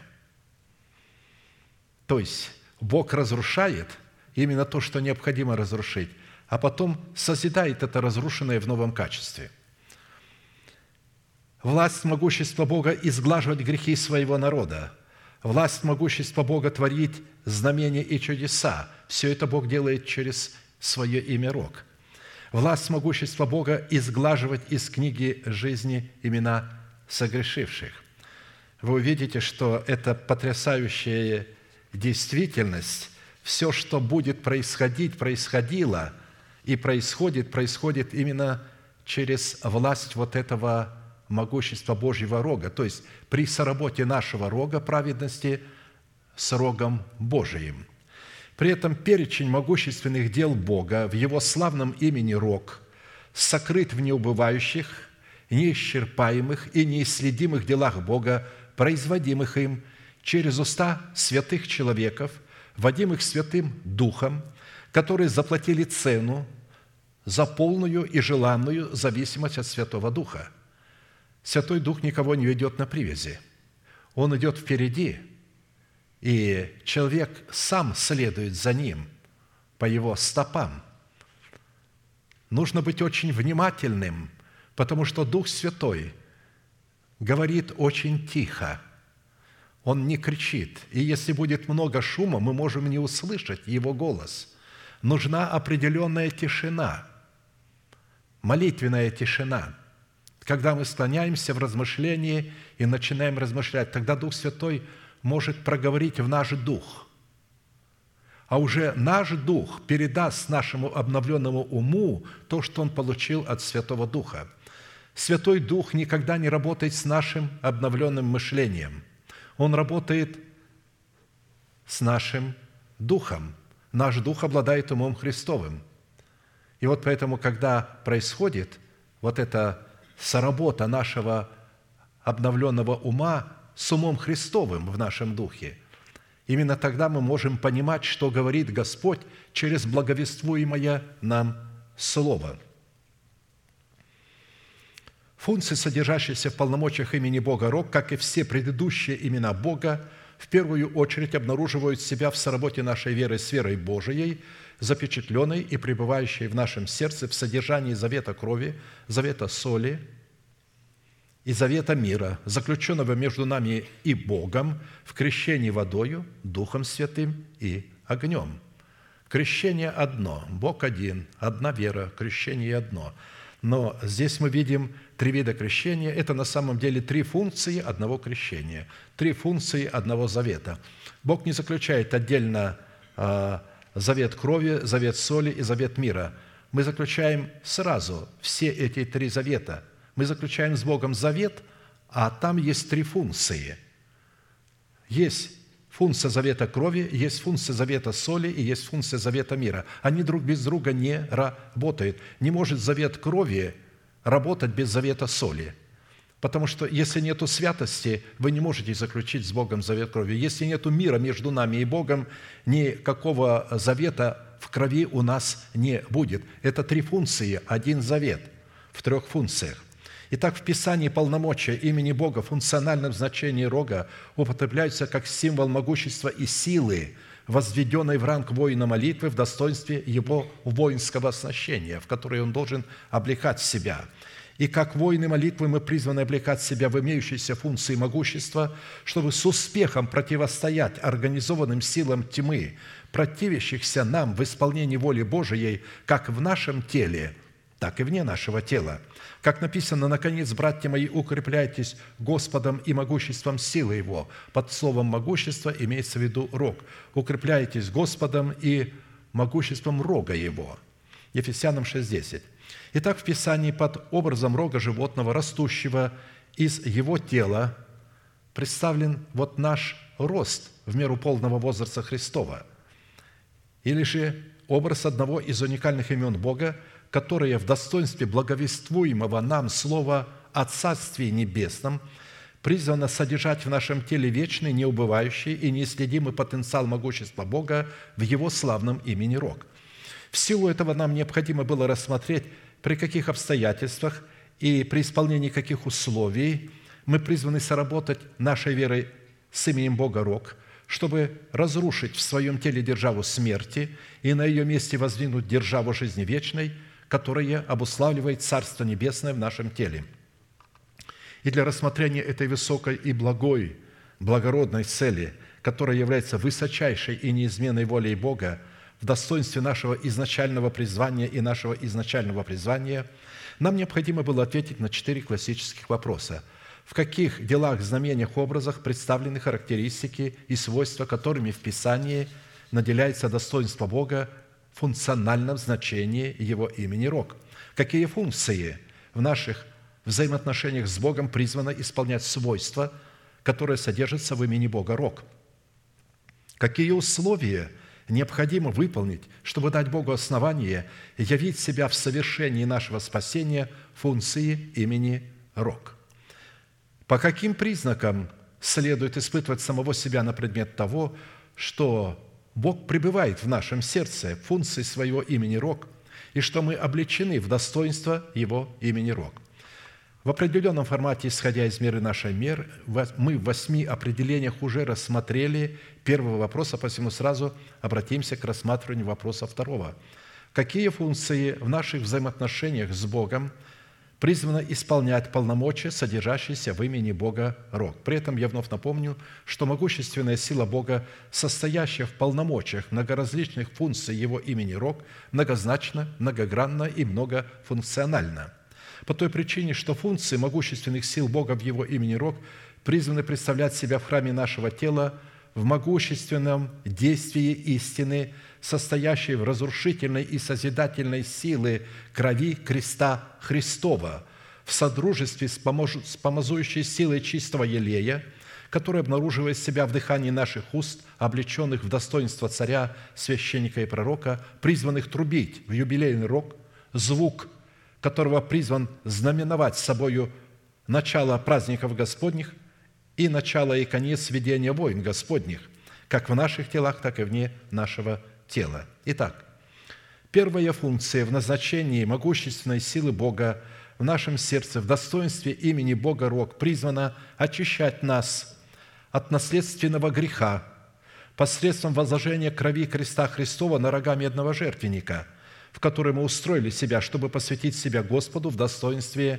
То есть Бог разрушает именно то, что необходимо разрушить, а потом созидает это разрушенное в новом качестве. Власть могущества Бога изглаживать грехи своего народа. Власть могущества Бога творить знамения и чудеса. Все это Бог делает через свое имя Рог. Власть могущества Бога изглаживать из книги жизни имена согрешивших. Вы увидите, что это потрясающая действительность. Все, что будет происходить, происходило и происходит именно через власть вот этого могущества Божьего Рога, то есть при соработе нашего Рога праведности с Рогом Божиим. При этом перечень могущественных дел Бога в Его славном имени Рог сокрыт в неубывающих, неисчерпаемых и неисследимых делах Бога, производимых им через уста святых человеков, водимых Святым Духом, которые заплатили цену за полную и желанную зависимость от Святого Духа. Святой Дух никого не ведет на привязи. Он идет впереди, и человек сам следует за ним по его стопам. Нужно быть очень внимательным, потому что Дух Святой говорит очень тихо. Он не кричит. И если будет много шума, мы можем не услышать Его голос. Нужна определенная тишина, молитвенная тишина. Когда мы склоняемся в размышлении и начинаем размышлять, тогда Дух Святой может проговорить в наш дух. а уже наш дух передаст нашему обновленному уму то, что он получил от Святого Духа. Святой Дух никогда не работает с нашим обновленным мышлением. Он работает с нашим духом. Наш дух обладает умом Христовым. И вот поэтому, когда происходит вот эта соработа нашего обновленного ума с умом Христовым в нашем духе, именно тогда мы можем понимать, что говорит Господь через благовествуемое нам Слово. Функции, содержащиеся в полномочиях имени Бога Рог, как и все предыдущие имена Бога, в первую очередь обнаруживают себя в соработе нашей веры с верой Божией, запечатленной и пребывающей в нашем сердце в содержании завета крови, завета соли и завета мира, заключенного между нами и Богом в крещении водою, Духом Святым и огнем. Крещение одно, Бог один, одна вера, крещение одно. Но здесь мы видим три вида крещения. Это на самом деле три функции одного крещения, три функции одного завета. Бог не заключает отдельно завет крови, завет соли и завет мира. Мы заключаем сразу все эти три завета. Мы заключаем с Богом завет, а там есть три функции. Есть функция завета крови, есть функция завета соли и есть функция завета мира. Они друг без друга не работают. Не может завет крови работать без завета соли. Потому что если нет святости, вы не можете заключить с Богом завет крови. Если нет мира между нами и Богом, никакого завета в крови у нас не будет. Это три функции, один завет в трех функциях. Итак, в Писании полномочия имени Бога в функциональном значении рога употребляются как символ могущества и силы, возведенной в ранг воина молитвы в достоинстве его воинского оснащения, в которое он должен облекать себя. И как воины молитвы мы призваны облекать себя в имеющиеся функции могущества, чтобы с успехом противостоять организованным силам тьмы, противящихся нам в исполнении воли Божией как в нашем теле, так и вне нашего тела. Как написано: «Наконец, братья мои, укрепляйтесь Господом и могуществом силы Его». Под словом «могущество» имеется в виду рог. «Укрепляйтесь Господом и могуществом рога Его». Ефесянам 6:10. Итак, в Писании под образом рога животного, растущего из его тела, представлен вот наш рост в меру полного возраста Христова. Или же образ одного из уникальных имен Бога, которое в достоинстве благовествуемого нам слова о Царстве Небесном призвано содержать в нашем теле вечный, неубывающий и неисследимый потенциал могущества Бога в Его славном имени Рог. В силу этого нам необходимо было рассмотреть, при каких обстоятельствах и при исполнении каких условий мы призваны соработать нашей верой с именем Бога Рог, чтобы разрушить в своем теле державу смерти и на ее месте воздвинуть державу жизни вечной, которая обуславливает Царство Небесное в нашем теле. И для рассмотрения этой высокой и благой, благородной цели, которая является высочайшей и неизменной волей Бога, в достоинстве нашего изначального призвания и нашего изначального призвания, нам необходимо было ответить на 4 классических вопроса. В каких делах, знамениях, образах представлены характеристики и свойства, которыми в Писании наделяется достоинство Бога в функциональном значении Его имени Рог? Какие функции в наших взаимоотношениях с Богом призвано исполнять свойства, которые содержатся в имени Бога Рог? Какие условия необходимо выполнить, чтобы дать Богу основание явить себя в совершении нашего спасения функции имени Рог? По каким признакам следует испытывать самого себя на предмет того, что Бог пребывает в нашем сердце в функции своего имени Рог, и что мы облечены в достоинство Его имени Рог? В определенном формате, исходя из меры нашей меры, мы в 8 определениях уже рассмотрели первый вопрос, а посему сразу обратимся к рассматриванию вопроса второго. Какие функции в наших взаимоотношениях с Богом призвано исполнять полномочия, содержащиеся в имени Бога Рог? При этом я вновь напомню, что могущественная сила Бога, состоящая в полномочиях многоразличных функций Его имени Рог, многозначна, многогранна и многофункциональна. По той причине, что функции могущественных сил Бога в Его имени Рог призваны представлять себя в храме нашего тела в могущественном действии истины, состоящей в разрушительной и созидательной силы крови креста Христова, в содружестве с помазующей силой чистого елея, которая обнаруживает себя в дыхании наших уст, облеченных в достоинство царя, священника и пророка, призванных трубить в юбилейный рог, звук которого призван знаменовать собою начало праздников Господних и начало и конец ведения войн Господних, как в наших телах, так и вне нашего тела. Итак, первая функция в назначении могущественной силы Бога в нашем сердце, в достоинстве имени Бога Рог, призвана очищать нас от наследственного греха посредством возложения крови креста Христова на рога медного жертвенника, в который мы устроили себя, чтобы посвятить себя Господу в достоинстве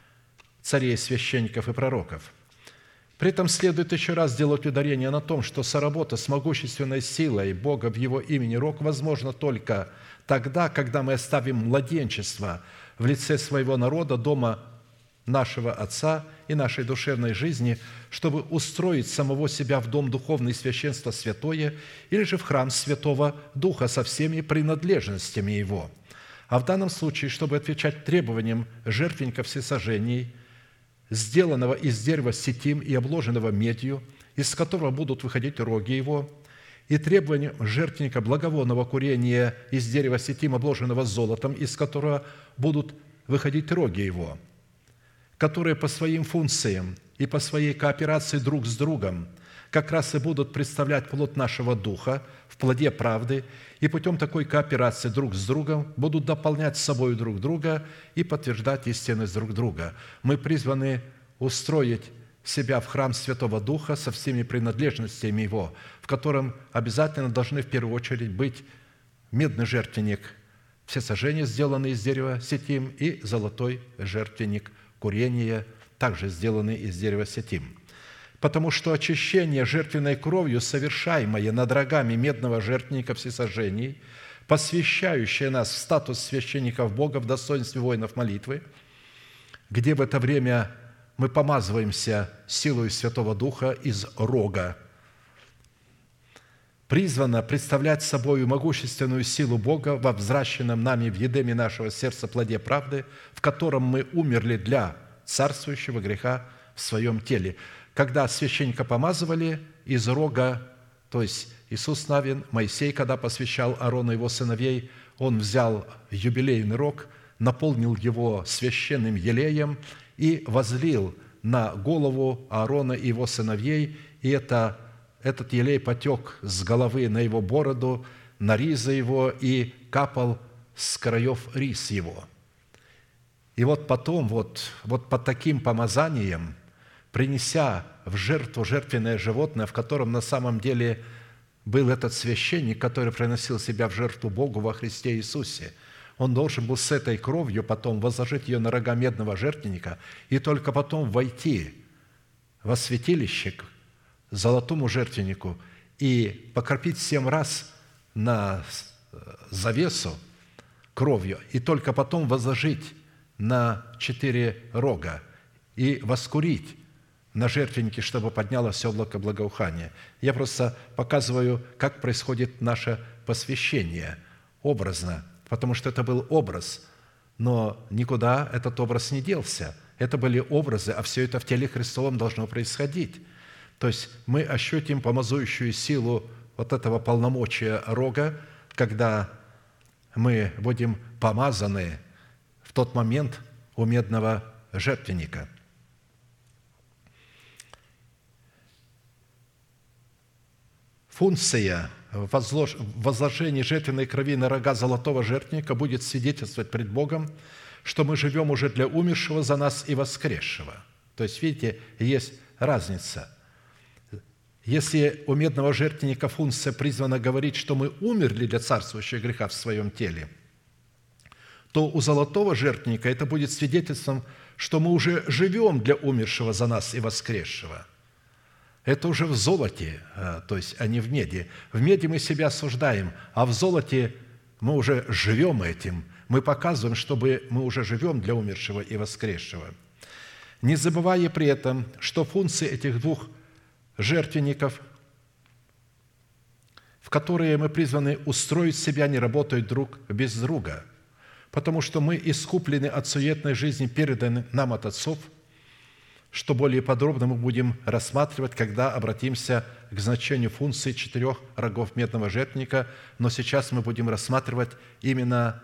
царей, священников и пророков. При этом следует еще раз сделать ударение на том, что соработа с могущественной силой Бога в Его имени Рог возможна только тогда, когда мы оставим младенчество в лице своего народа, дома нашего Отца и нашей душевной жизни, чтобы устроить самого себя в дом духовный священства святое или же в храм Святого Духа со всеми принадлежностями его. А в данном случае, чтобы отвечать требованиям жертвенника всесожжений, сделанного из дерева ситим и обложенного медью, из которого будут выходить роги его, и требованиям жертвенника благовонного курения из дерева ситим, обложенного золотом, из которого будут выходить роги его, которые по своим функциям и по своей кооперации друг с другом как раз и будут представлять плод нашего духа в плоде правды, и путем такой кооперации друг с другом будут дополнять с собой друг друга и подтверждать истинность друг друга. Мы призваны устроить себя в храм Святого Духа со всеми принадлежностями Его, в котором обязательно должны в первую очередь быть медный жертвенник, все сожжения, сделанные из дерева ситим, и золотой жертвенник курения, также сделанный из дерева ситим. Потому что очищение жертвенной кровью, совершаемое над рогами медного жертвенника всесожжений, посвящающее нас в статус священников Бога в достоинстве воинов молитвы, где в это время мы помазываемся силой Святого Духа из рога, призвано представлять собой могущественную силу Бога во взращенном нами в едеме нашего сердца плоде правды, в котором мы умерли для царствующего греха в своем теле. Когда священника помазывали из рога, то есть Иисус Навин, Моисей, когда посвящал Аарона и его сыновей, он взял юбилейный рог, наполнил его священным елеем и возлил на голову Аарона и его сыновей, и этот елей потек с головы на его бороду, на ризы его, и капал с краев риз его. И вот потом, вот под таким помазанием, принеся в жертву жертвенное животное, в котором на самом деле был этот священник, который приносил себя в жертву Богу во Христе Иисусе, он должен был с этой кровью потом возложить ее на рога медного жертвенника и только потом войти во святилище к золотому жертвеннику и покропить 7 раз на завесу кровью, и только потом возложить на 4 рога и воскурить на жертвеннике, чтобы поднялось облако благоухания. Я просто показываю, как происходит наше посвящение образно, потому что это был образ, но никуда этот образ не делся. Это были образы, а все это в теле Христовом должно происходить. То есть мы ощутим помазующую силу вот этого полномочия рога, когда мы будем помазаны в тот момент у медного жертвенника. Функция возложения жертвенной крови на рога золотого жертвенника будет свидетельствовать пред Богом, что мы живем уже для умершего за нас и воскресшего. То есть, видите, есть разница. Если у медного жертвенника функция призвана говорить, что мы умерли для царствующего греха в своем теле, то у золотого жертвенника это будет свидетельством, что мы уже живем для умершего за нас и воскресшего. Это уже в золоте, то есть, а не в меди. В меди мы себя осуждаем, а в золоте мы уже живем этим. Мы показываем, чтобы мы уже живем для умершего и воскресшего. Не забывая при этом, что функции этих двух жертвенников которые мы призваны устроить себя, не работая друг без друга, потому что мы искуплены от суетной жизни, переданной нам от отцов, что более подробно мы будем рассматривать, когда обратимся к значению функции 4 рогов медного жертвенника, но сейчас мы будем рассматривать именно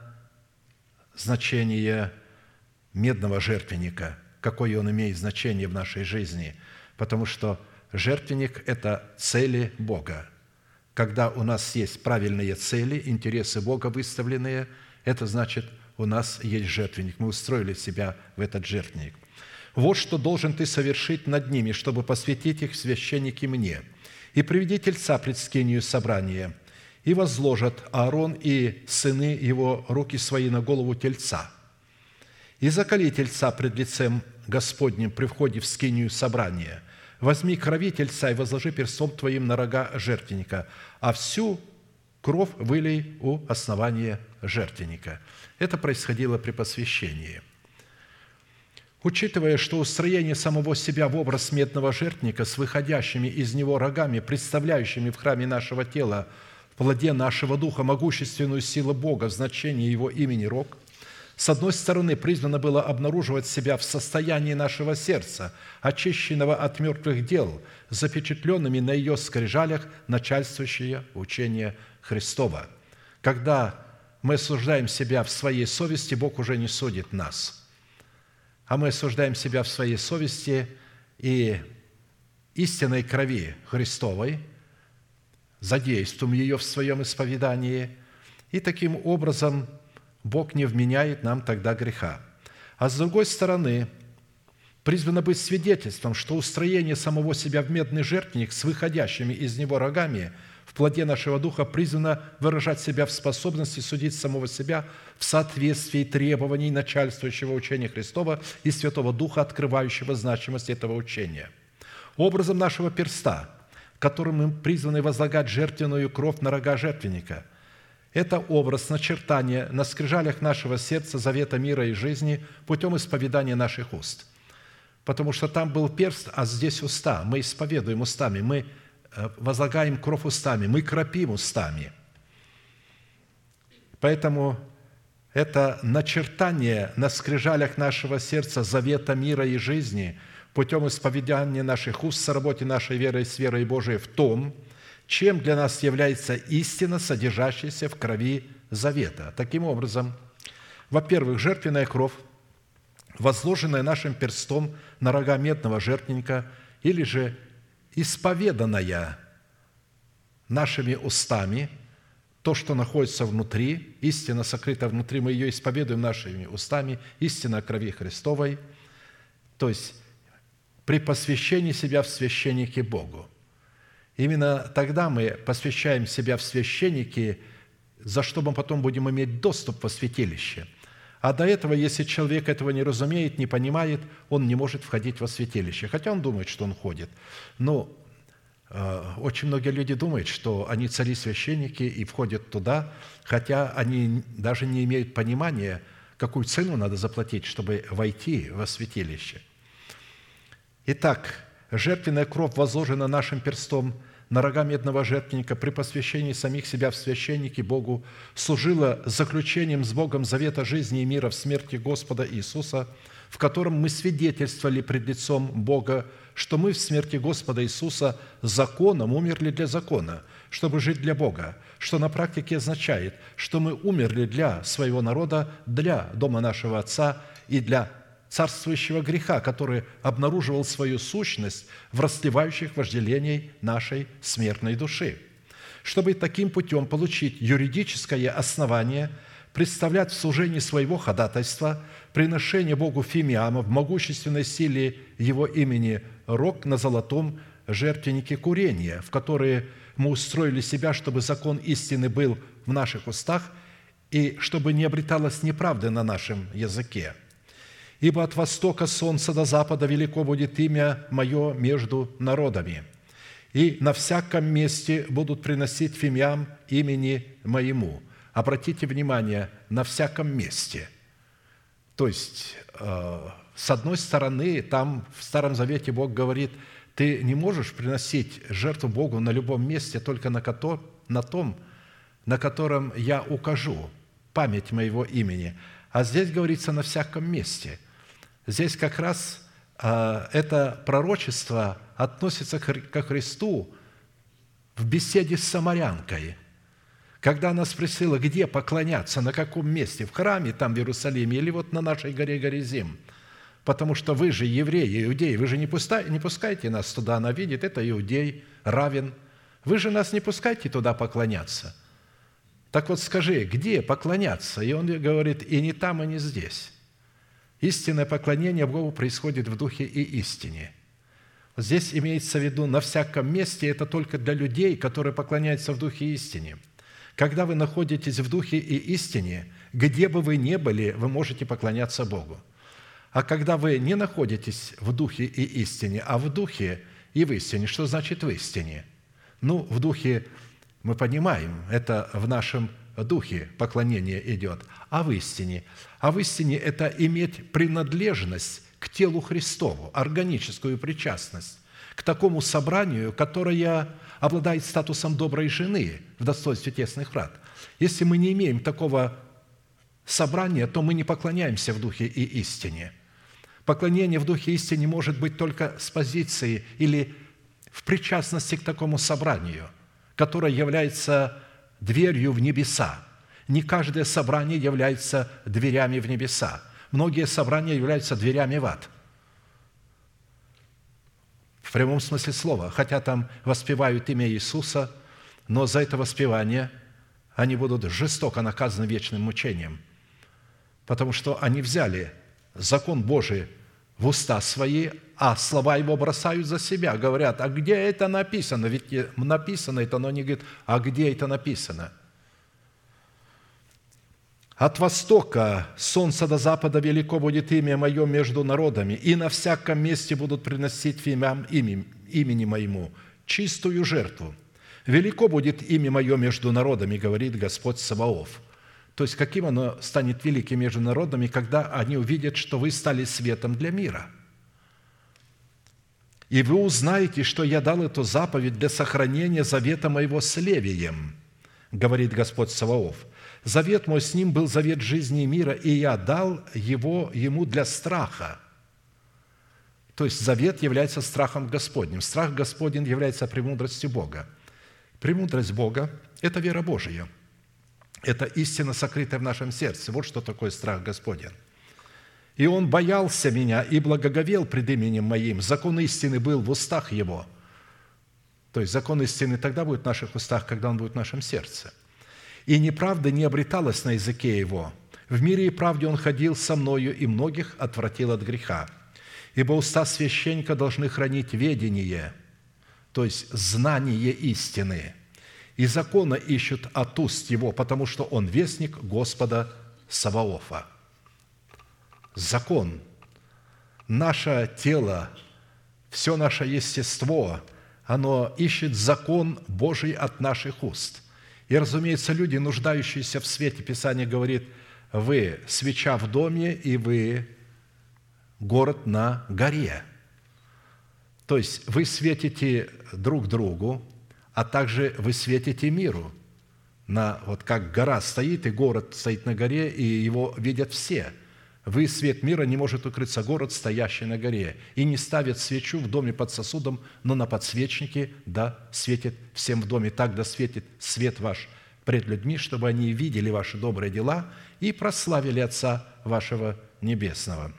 значение медного жертвенника, какое он имеет значение в нашей жизни, потому что жертвенник – это цели Бога. Когда у нас есть правильные цели, интересы Бога выставленные, это значит, у нас есть жертвенник. Мы устроили себя в этот жертвенник. «Вот что должен ты совершить над ними, чтобы посвятить их священники мне. И приведи тельца пред скинию собрания, и возложат Аарон и сыны его руки свои на голову тельца. И заколи тельца пред лицем Господним при входе в скинию собрания. Возьми крови тельца и возложи перстом твоим на рога жертвенника, а всю кровь вылей у основания жертвенника». Это происходило при посвящении. Учитывая, что устроение самого себя в образ медного жертвенника с выходящими из него рогами, представляющими в храме нашего тела, в плоде нашего духа, могущественную силу Бога в значении Его имени рог, с одной стороны, призвано было обнаруживать себя в состоянии нашего сердца, очищенного от мертвых дел, запечатленными на ее скрижалях начальствующее учение Христова. Когда мы осуждаем себя в своей совести, Бог уже не судит нас. А мы осуждаем себя в своей совести и истинной крови Христовой, задействуем ее в своем исповедании, и таким образом Бог не вменяет нам тогда греха. А с другой стороны, призвано быть свидетельством, что устроение самого себя в медный жертвенник с выходящими из него рогами в плоде нашего духа призвано выражать себя в способности судить самого себя в соответствии требований начальствующего учения Христова и Святого Духа, открывающего значимость этого учения. Образом нашего перста, которым мы призваны возлагать жертвенную кровь на рога жертвенника – это образ начертания на скрижалях нашего сердца завета мира и жизни путем исповедания наших уст. Потому что там был перст, а здесь уста. Мы исповедуем устами, мы возлагаем кровь устами, мы кропим устами. Поэтому это начертание на скрижалях нашего сердца завета мира и жизни путем исповедания наших уст в соработе нашей веры с верой Божией в том, чем для нас является истина, содержащаяся в крови завета. Таким образом, во-первых, жертвенная кровь, возложенная нашим перстом на рога медного жертвенника, или же исповеданная нашими устами, то, что находится внутри, истина сокрыта внутри, мы ее исповедуем нашими устами, истина крови Христовой, то есть при посвящении себя в священники Богу. Именно тогда мы посвящаем себя в священники, за что мы потом будем иметь доступ во святилище. А до этого, если человек этого не разумеет, не понимает, он не может входить во святилище. Хотя он думает, что он ходит. Но очень многие люди думают, что они цари-священники и входят туда, хотя они даже не имеют понимания, какую цену надо заплатить, чтобы войти во святилище. Итак, жертвенная кровь возложена нашим перстом на рога медного жертвенника при посвящении самих себя в священники Богу, служила заключением с Богом завета жизни и мира в смерти Господа Иисуса, в котором мы свидетельствовали пред лицом Бога, что мы в смерти Господа Иисуса законом умерли для закона, чтобы жить для Бога, что на практике означает, что мы умерли для своего народа, для дома нашего Отца и для царствующего греха, который обнаруживал свою сущность в растлевающих вожделений нашей смертной души. Чтобы таким путем получить юридическое основание представлять в служении своего ходатайства приношение Богу фимиама в могущественной силе Его имени рог на золотом жертвеннике курения, в которые мы устроили себя, чтобы закон истины был в наших устах и чтобы не обреталась неправда на нашем языке. Ибо от востока солнца до запада велико будет имя Мое между народами, и на всяком месте будут приносить фимиам имени Моему». Обратите внимание, на всяком месте. То есть, с одной стороны, там в Старом Завете Бог говорит, ты не можешь приносить жертву Богу на любом месте, только на на том, на котором я укажу, память моего имени». А здесь говорится «на всяком месте». Здесь как раз это пророчество относится ко Христу в беседе с самарянкой, когда она спросила, где поклоняться, на каком месте, в храме там в Иерусалиме или вот на нашей горе Горизим, потому что вы же евреи, иудеи, вы же не пускаете нас туда, она видит, это иудей, равен, вы же нас не пускайте туда поклоняться. Так вот скажи, где поклоняться? И он говорит, и не там, и не здесь. Истинное поклонение Богу происходит в духе и истине. Здесь имеется в виду на всяком месте, это только для людей, которые поклоняются в духе и истине. Когда вы находитесь в духе и истине, где бы вы ни были, вы можете поклоняться Богу. А когда вы не находитесь в духе и истине, а в духе и в истине, что значит в истине? В духе мы понимаем, это в нашем духе поклонение идет, а в истине? А в истине это иметь принадлежность к телу Христову, органическую причастность, к такому собранию, которое обладает статусом доброй жены в достоинстве тесных врат. Если мы не имеем такого собрания, то мы не поклоняемся в духе и истине. Поклонение в духе и истине может быть только с позиции или в причастности к такому собранию, которое является дверью в небеса. Не каждое собрание является дверями в небеса. Многие собрания являются дверями в ад. В прямом смысле слова. Хотя там воспевают имя Иисуса, но за это воспевание они будут жестоко наказаны вечным мучением, потому что они взяли закон Божий в уста свои, а слова Его бросают за себя, говорят, а где это написано? Ведь написано это, но они говорят, а где это написано? «От востока солнца до запада велико будет имя Мое между народами, и на всяком месте будут приносить в имени Моему чистую жертву. Велико будет имя Мое между народами, говорит Господь Саваоф». То есть, каким оно станет великим между народами, когда они увидят, что вы стали светом для мира. «И вы узнаете, что я дал эту заповедь для сохранения завета Моего с Левием, говорит Господь Саваоф. Завет Мой с ним был завет жизни и мира, и я дал его ему для страха». То есть, завет является страхом Господним. Страх Господень является премудростью Бога. Премудрость Бога – это вера Божия. Это истина, сокрытая в нашем сердце. Вот что такое страх Господень. «И он боялся меня и благоговел пред именем моим. Закон истины был в устах его». То есть закон истины тогда будет в наших устах, когда он будет в нашем сердце. «И неправда не обреталась на языке его. В мире и правде он ходил со мною, и многих отвратил от греха. Ибо уста священника должны хранить ведение», то есть знание истины, «и закона ищут от уст его, потому что он вестник Господа Саваофа». Закон. Наше тело, все наше естество, оно ищет закон Божий от наших уст. И, разумеется, люди, нуждающиеся в свете, Писание говорит, вы свеча в доме, и вы город на горе. То есть вы светите друг другу, а также вы светите миру. Вот как гора стоит, и город стоит на горе, и его видят все. Вы, свет мира, не может укрыться город, стоящий на горе, и не ставит свечу в доме под сосудом, но на подсвечнике, да светит всем в доме. Так да светит свет ваш пред людьми, чтобы они видели ваши добрые дела и прославили Отца вашего Небесного».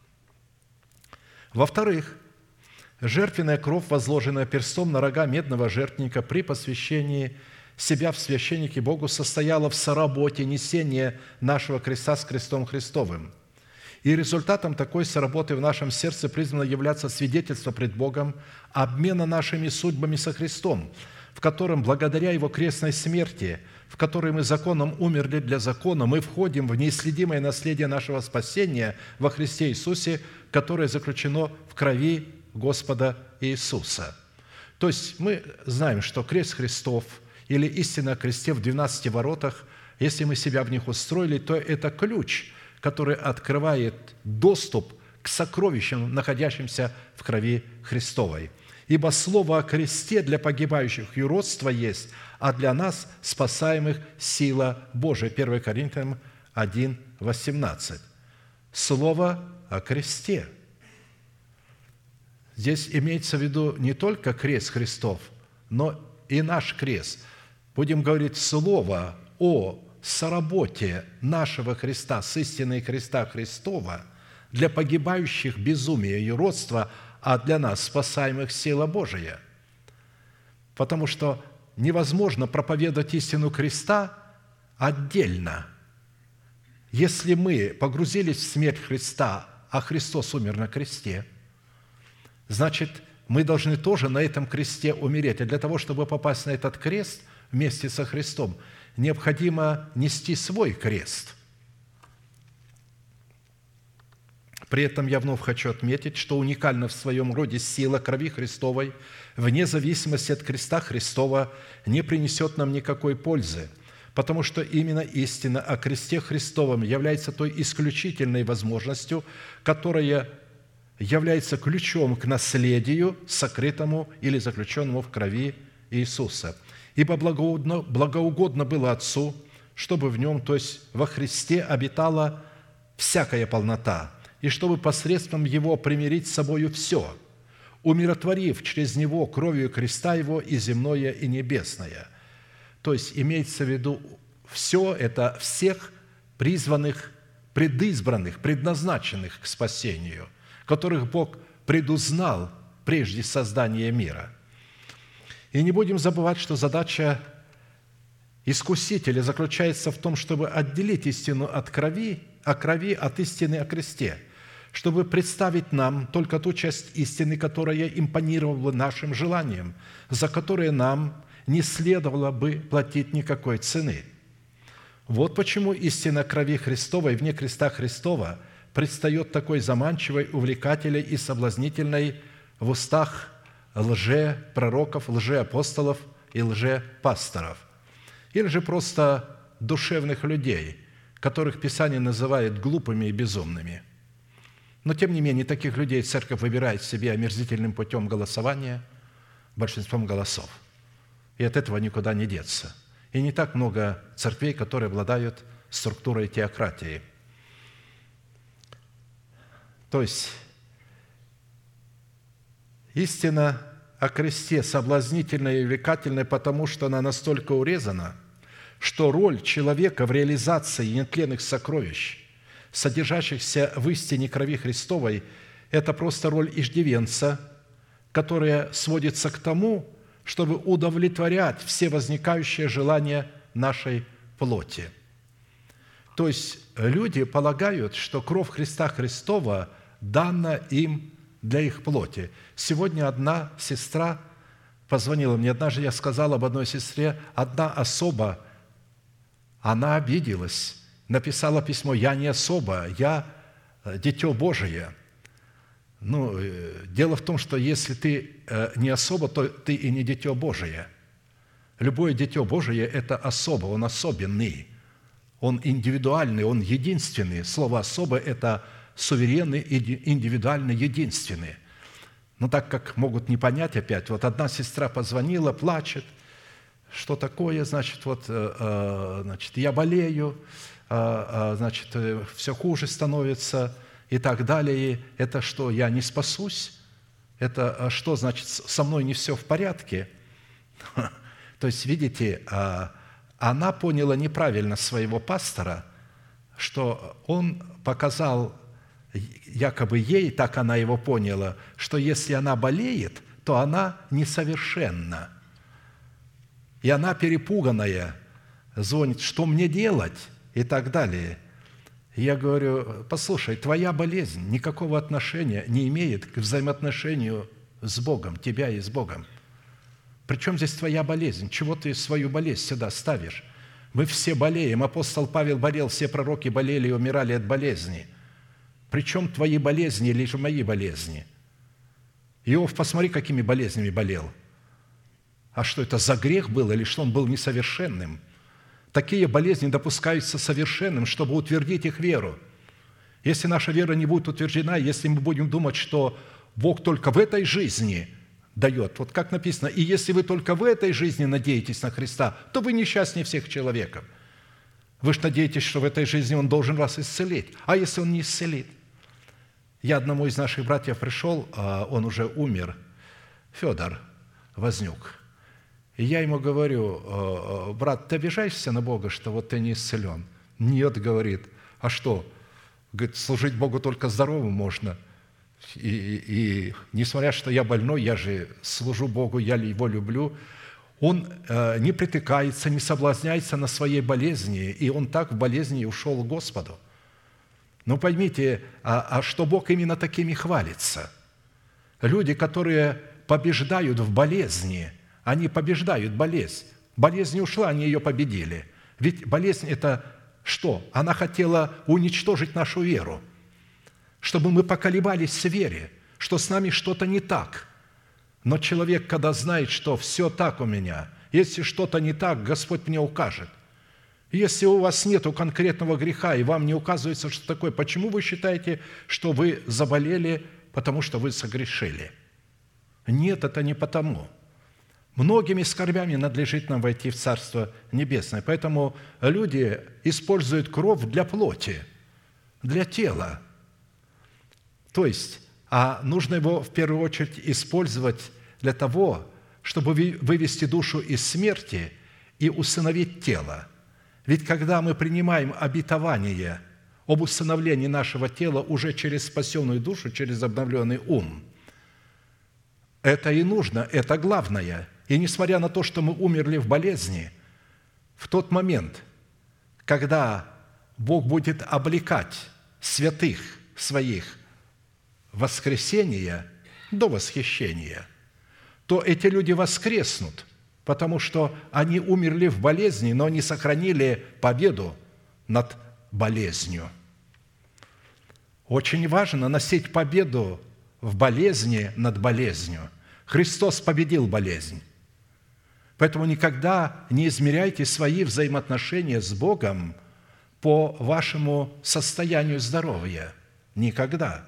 Во-вторых, жертвенная кровь, возложенная перстом на рога медного жертвенника при посвящении себя в священники Богу, состояла в соработе несения нашего креста с крестом Христовым. И результатом такой соработы в нашем сердце призвано являться свидетельство пред Богом обмена нашими судьбами со Христом, в котором, благодаря Его крестной смерти, в которой мы законом умерли для закона, мы входим в неисследимое наследие нашего спасения во Христе Иисусе, которое заключено в крови Господа Иисуса. То есть мы знаем, что крест Христов или истина о кресте в 12 воротах, если мы себя в них устроили, то это ключ, который открывает доступ к сокровищам, находящимся в крови Христовой. Ибо слово о кресте для погибающих юродство есть, а для нас, спасаемых, сила Божия». 1 Коринфянам 1:18. Слово о кресте. Здесь имеется в виду не только крест Христов, но и наш крест. Будем говорить слово о соработе нашего Христа с истиной креста Христова для погибающих безумие и родство, а для нас, спасаемых, сила Божия. Потому что невозможно проповедовать истину креста отдельно. Если мы погрузились в смерть Христа, а Христос умер на кресте, значит, мы должны тоже на этом кресте умереть. А для того, чтобы попасть на этот крест вместе со Христом, необходимо нести свой крест. При этом я вновь хочу отметить, что уникальна в своем роде сила крови Христовой, вне зависимости от креста Христова, не принесет нам никакой пользы, потому что именно истина о кресте Христовом является той исключительной возможностью, которая является ключом к наследию, сокрытому или заключенному в крови Иисуса. Ибо благоугодно было Отцу, чтобы в Нем, то есть во Христе, обитала всякая полнота, и чтобы посредством Его примирить с собою все, умиротворив через Него кровью креста Его и земное, и небесное». То есть имеется в виду все это всех призванных, предизбранных, предназначенных к спасению, которых Бог предузнал прежде создания мира. И не будем забывать, что задача искусителя заключается в том, чтобы отделить истину от крови, а крови от истины о кресте, чтобы представить нам только ту часть истины, которая импонировала нашим желаниям, за которые нам не следовало бы платить никакой цены. Вот почему истина крови Христовой вне креста Христова предстает такой заманчивой, увлекательной и соблазнительной в устах лжепророков, лжеапостолов и лжепасторов, или же просто душевных людей, которых Писание называет глупыми и безумными. Но, тем не менее, таких людей церковь выбирает себе омерзительным путем голосования большинством голосов. И от этого никуда не деться. И не так много церквей, которые обладают структурой теократии. То есть, истина о кресте соблазнительная и увлекательная, потому что она настолько урезана, что роль человека в реализации нетленных сокровищ, содержащихся в истине крови Христовой, это просто роль иждивенца, которая сводится к тому, чтобы удовлетворять все возникающие желания нашей плоти. То есть люди полагают, что кровь Христа Христова дана им для их плоти. Сегодня одна сестра позвонила мне. Однажды я сказал об одной сестре, одна особа, она обиделась, написала письмо: «Я не особа, я дитё Божие». Дело в том, что если ты не особа, то ты и не дитё Божие. Любое дитё Божие – это особа, он особенный, он индивидуальный, он единственный. Слово «особа» – это суверенный, индивидуальный, единственный. Но так как могут не понять опять, вот одна сестра позвонила, плачет, что такое, значит, я болею, все хуже становится, и так далее. Это что, я не спасусь? Это что, значит, со мной не все в порядке? То есть, видите, она поняла неправильно своего пастора, что он показал якобы ей, так она его поняла, что если она болеет, то она несовершенна. И она перепуганная, звонит: «Что мне делать?» и так далее. Я говорю: послушай, твоя болезнь никакого отношения не имеет к взаимоотношению с Богом, тебя и с Богом. Причем здесь твоя болезнь? Чего ты свою болезнь сюда ставишь? Мы все болеем. Апостол Павел болел, все пророки болели и умирали от болезни. Причем твои болезни или же мои болезни? Иов, посмотри, какими болезнями болел. А что это за грех был, или что он был несовершенным? Такие болезни допускаются совершенным, чтобы утвердить их веру. Если наша вера не будет утверждена, если мы будем думать, что Бог только в этой жизни дает. Вот как написано, «И если вы только в этой жизни надеетесь на Христа, то вы несчастнее всех человеков». Вы же надеетесь, что в этой жизни Он должен вас исцелить. А если Он не исцелит? Я одному из наших братьев пришел, он уже умер, Федор Вознюк. И я ему говорю: брат, ты обижаешься на Бога, что вот ты не исцелен? Нет, говорит. А что? Говорит, служить Богу только здоровым можно. И несмотря, что я больной, я же служу Богу, я Его люблю. Он не притыкается, не соблазняется на своей болезни, и он так в болезни и ушел к Господу. Но поймите, что Бог именно такими хвалится. Люди, которые побеждают в болезни, они побеждают болезнь. Болезнь не ушла, они ее победили. Ведь болезнь – это что? Она хотела уничтожить нашу веру, чтобы мы поколебались в вере, что с нами что-то не так. Но человек, когда знает, что все так у меня, если что-то не так, Господь мне укажет. Если у вас нет конкретного греха, и вам не указывается, что такое, почему вы считаете, что вы заболели, потому что вы согрешили? Нет, это не потому. Многими скорбями надлежит нам войти в Царство Небесное. Поэтому люди используют кровь для плоти, для тела. То есть, нужно его в первую очередь использовать для того, чтобы вывести душу из смерти и усыновить тело. Ведь когда мы принимаем обетование об усыновлении нашего тела уже через спасенную душу, через обновленный ум, это и нужно, это главное. И несмотря на то, что мы умерли в болезни, в тот момент, когда Бог будет облекать святых своих в воскресение до восхищения, то эти люди воскреснут, потому что они умерли в болезни, но они сохранили победу над болезнью. Очень важно носить победу в болезни над болезнью. Христос победил болезнь. Поэтому никогда не измеряйте свои взаимоотношения с Богом по вашему состоянию здоровья. Никогда.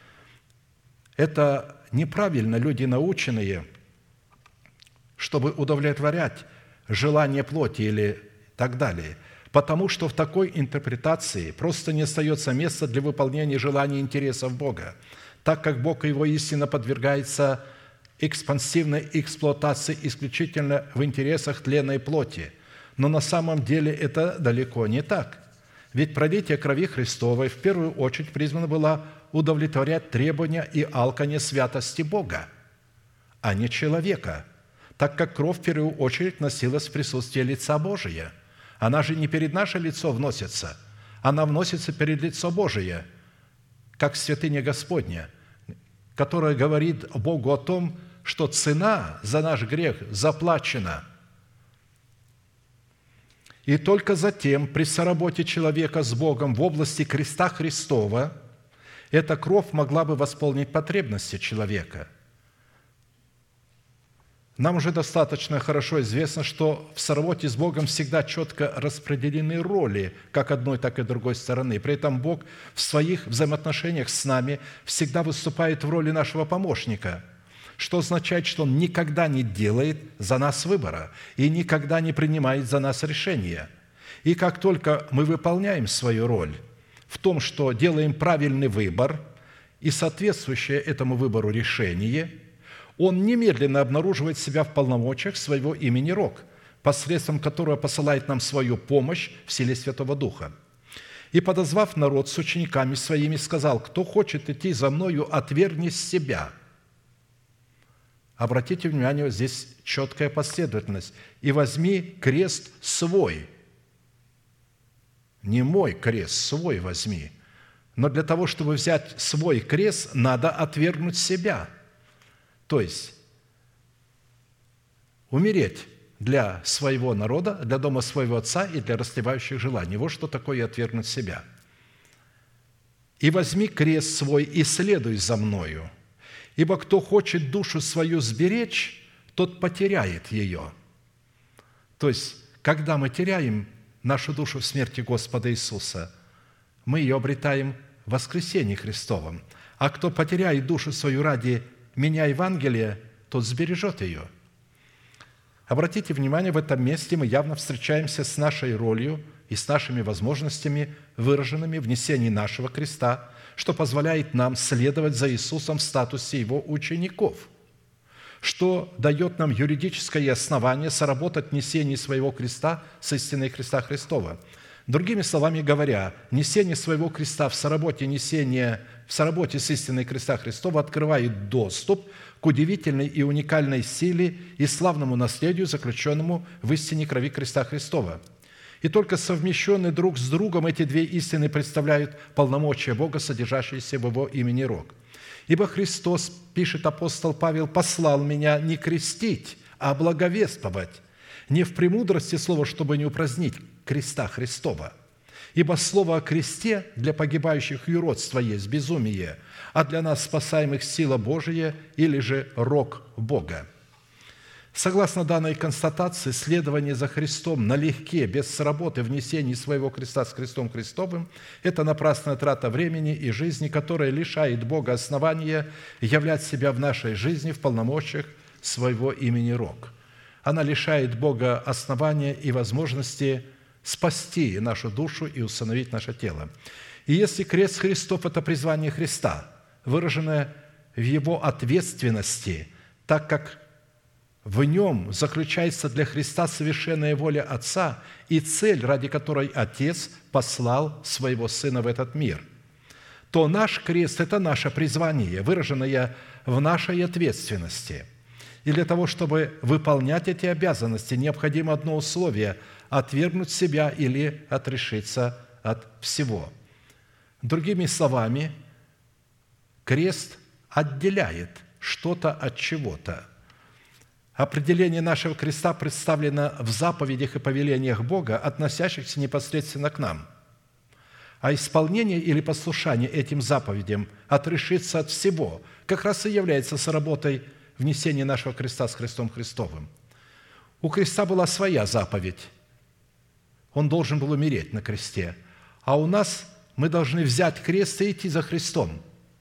Это неправильно, люди наученные, чтобы удовлетворять желание плоти или так далее. Потому что в такой интерпретации просто не остается места для выполнения желаний и интересов Бога, так как Бог и Его истина подвергается экспансивной эксплуатации исключительно в интересах тленной плоти. Но на самом деле это далеко не так. Ведь пролитие крови Христовой в первую очередь призвано было удовлетворять требования и алканье святости Бога, а не человека, так как кровь в первую очередь носилась в присутствии лица Божия. Она же не перед наше лицо вносится, она вносится перед лицо Божие, как святыня Господня, которая говорит Богу о том, что цена за наш грех заплачена. И только затем, при соработе человека с Богом в области креста Христова, эта кровь могла бы восполнить потребности человека. Нам уже достаточно хорошо известно, что в соработе с Богом всегда четко распределены роли как одной, так и другой стороны. При этом Бог в своих взаимоотношениях с нами всегда выступает в роли нашего помощника, что означает, что Он никогда не делает за нас выбора и никогда не принимает за нас решения. И как только мы выполняем свою роль в том, что делаем правильный выбор и соответствующее этому выбору решение, Он немедленно обнаруживает себя в полномочиях своего имени Рог, посредством которого посылает нам свою помощь в силе Святого Духа. «И, подозвав народ с учениками своими, сказал: кто хочет идти за мною, отвергни себя». Обратите внимание, здесь четкая последовательность. «И возьми крест свой». Не мой крест, свой возьми. Но для того, чтобы взять свой крест, надо отвергнуть себя. То есть умереть для своего народа, для дома своего отца и для растлевающих желаний. Вот что такое отвергнуть себя. «И возьми крест свой и следуй за мною. Ибо кто хочет душу свою сберечь, тот потеряет ее». То есть, когда мы теряем нашу душу в смерти Господа Иисуса, мы ее обретаем в воскресении Христовом. А кто потеряет душу свою ради меня, Евангелия, тот сбережет ее. Обратите внимание, в этом месте мы явно встречаемся с нашей ролью и с нашими возможностями, выраженными в несении нашего креста, что позволяет нам следовать за Иисусом в статусе Его учеников, что дает нам юридическое основание соработать в несении своего креста с истиной Христа Христова. Другими словами говоря, несение своего креста в соработе с истиной Христа Христова открывает доступ к удивительной и уникальной силе и славному наследию, заключенному в истине крови Христа Христова. И только совмещенные друг с другом эти две истины представляют полномочия Бога, содержащиеся в Его имени Рог. «Ибо Христос, – пишет апостол Павел, – послал меня не крестить, а благовествовать, не в премудрости слова, чтобы не упразднить креста Христова. Ибо слово о кресте для погибающих юродство есть безумие, а для нас, спасаемых, сила Божия или же рог Бога». Согласно данной констатации, следование за Христом налегке, без работы в несении своего креста с крестом Христовым – это напрасная трата времени и жизни, которая лишает Бога основания являть себя в нашей жизни в полномочиях своего имени Рог. Она лишает Бога основания и возможности спасти нашу душу и усыновить наше тело. И если крест Христов – это призвание Христа, выраженное в Его ответственности, так как в нем заключается для Христа совершенная воля Отца и цель, ради которой Отец послал Своего Сына в этот мир, то наш крест – это наше призвание, выраженное в нашей ответственности. И для того, чтобы выполнять эти обязанности, необходимо одно условие – отвергнуть себя или отрешиться от всего. Другими словами, крест отделяет что-то от чего-то. Определение нашего креста представлено в заповедях и повелениях Бога, относящихся непосредственно к нам. А исполнение или послушание этим заповедям, отрешиться от всего, как раз и является соработой внесения нашего креста с Христом Христовым. У креста была своя заповедь. Он должен был умереть на кресте. А у нас мы должны взять крест и идти за Христом.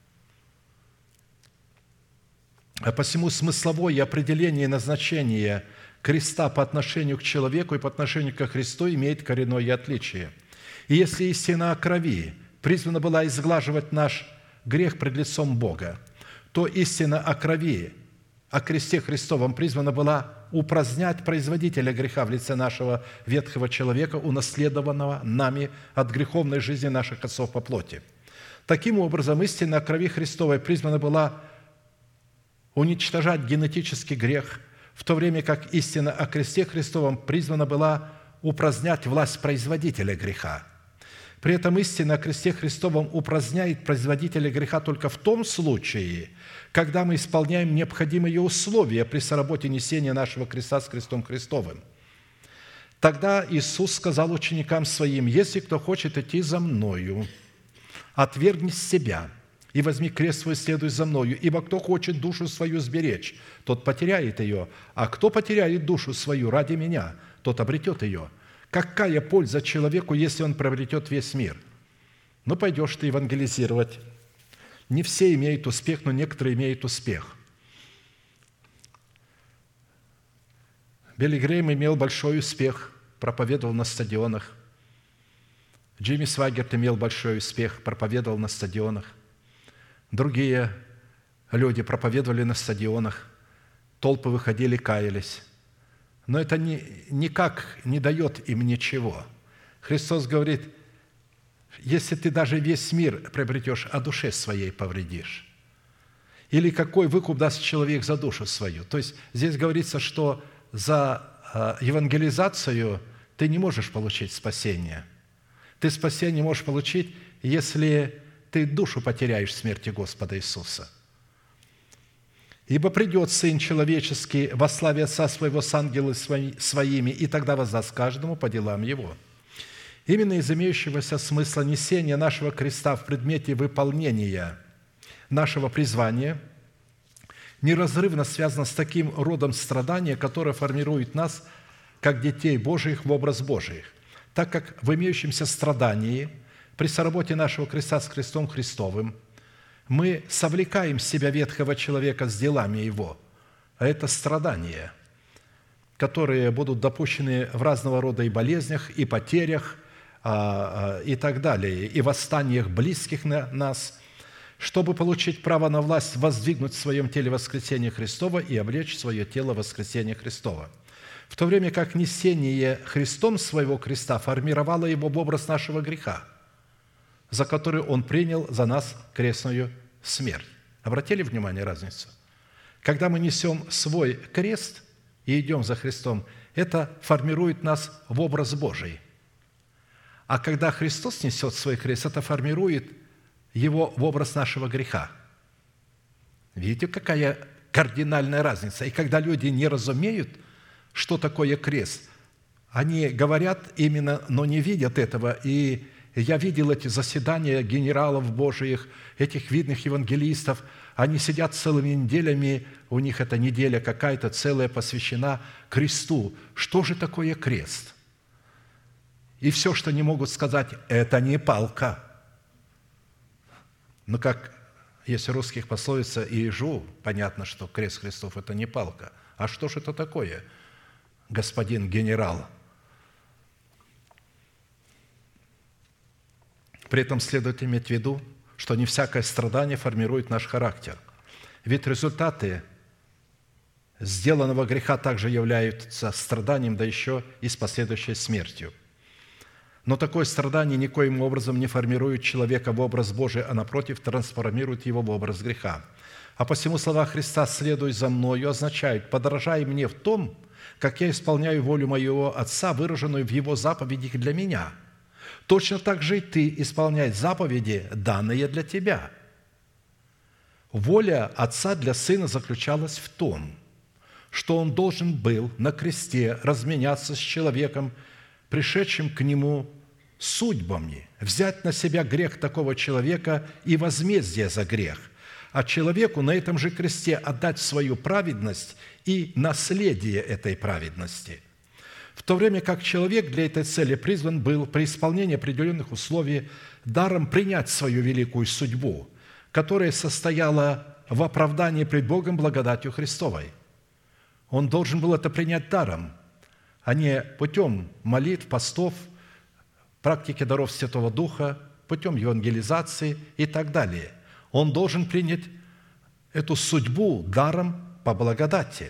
А посему смысловое определение и назначение креста по отношению к человеку и по отношению ко Христу имеет коренное отличие. И если истина о крови призвана была изглаживать наш грех пред лицом Бога, то истина о крови, о кресте Христовом призвана была упразднять производителя греха в лице нашего ветхого человека, унаследованного нами от греховной жизни наших отцов по плоти. Таким образом, истина о крови Христовой призвана была уничтожать генетический грех, в то время как истина о кресте Христовом призвана была упразднять власть производителя греха. При этом истина о кресте Христовом упраздняет производителя греха только в том случае, когда мы исполняем необходимые условия при соработе несения нашего креста с крестом Христовым. Тогда Иисус сказал ученикам Своим: «Если кто хочет идти за Мною, отвергни себя и возьми крест свой, следуй за Мною. Ибо кто хочет душу свою сберечь, тот потеряет ее, а кто потеряет душу свою ради Меня, тот обретет ее. Какая польза человеку, если он приобретет весь мир? Ну, пойдешь ты евангелизировать. Не все имеют успех, но некоторые имеют успех. Билли Грэйм имел большой успех, проповедовал на стадионах. Джимми Свагерт имел большой успех, проповедовал на стадионах. Другие люди проповедовали на стадионах, толпы выходили, каялись. Но это никак не дает им ничего. Христос говорит: если ты даже весь мир приобретешь, а душе своей повредишь. Или какой выкуп даст человек за душу свою? То есть здесь говорится, что за евангелизацию ты не можешь получить спасение. Ты спасение можешь получить, если ты душу потеряешь в смерти Господа Иисуса. «Ибо придет Сын Человеческий во славе Отца Своего с ангелами Своими, и тогда воздаст каждому по делам Его». Именно из имеющегося смысла несения нашего креста в предмете выполнения нашего призвания неразрывно связано с таким родом страдания, которое формирует нас, как детей Божиих, в образ Божий. Так как в имеющемся страдании при соработе нашего креста с крестом Христовым мы совлекаем с себя ветхого человека с делами его, а это страдания, которые будут допущены в разного рода и болезнях, и потерях, и так далее, и восстаниях близких на нас, чтобы получить право на власть воздвигнуть в своем теле воскресение Христова и облечь свое тело воскресение Христова. В то время как несение Христом своего креста формировало его в образ нашего греха, за который Он принял за нас крестную смерть. Обратили внимание разницу? Когда мы несем свой крест и идем за Христом, это формирует нас в образ Божий. А когда Христос несет свой крест, это формирует его в образ нашего греха. Видите, какая кардинальная разница? И когда люди не разумеют, что такое крест, они говорят именно, но не видят этого. И я видел эти заседания генералов Божиих, этих видных евангелистов. Они сидят целыми неделями, у них эта неделя какая-то целая посвящена кресту. Что же такое крест? И все, что не могут сказать, это не палка. Но как есть в русских пословица «Иежу», понятно, что крест Христов – это не палка. А что же это такое, господин генерал? При этом следует иметь в виду, что не всякое страдание формирует наш характер. Ведь результаты сделанного греха также являются страданием, да еще и с последующей смертью. Но такое страдание никоим образом не формирует человека в образ Божий, а напротив, трансформирует его в образ греха. А посему слова Христа «следуй за Мною» означают «подражай Мне в том, как я исполняю волю Моего Отца, выраженную в Его заповедях для Меня. Точно так же и ты исполняй заповеди, данные для тебя». Воля Отца для Сына заключалась в том, что Он должен был на кресте разменяться с человеком, пришедшим к Нему судьбами, взять на себя грех такого человека и возмездие за грех, а человеку на этом же кресте отдать свою праведность и наследие этой праведности. В то время как человек для этой цели призван был при исполнении определенных условий даром принять свою великую судьбу, которая состояла в оправдании пред Богом благодатью Христовой. Он должен был это принять даром, а не путем молитв, постов, практики даров Святого Духа, путем евангелизации и так далее. Он должен принять эту судьбу даром по благодати.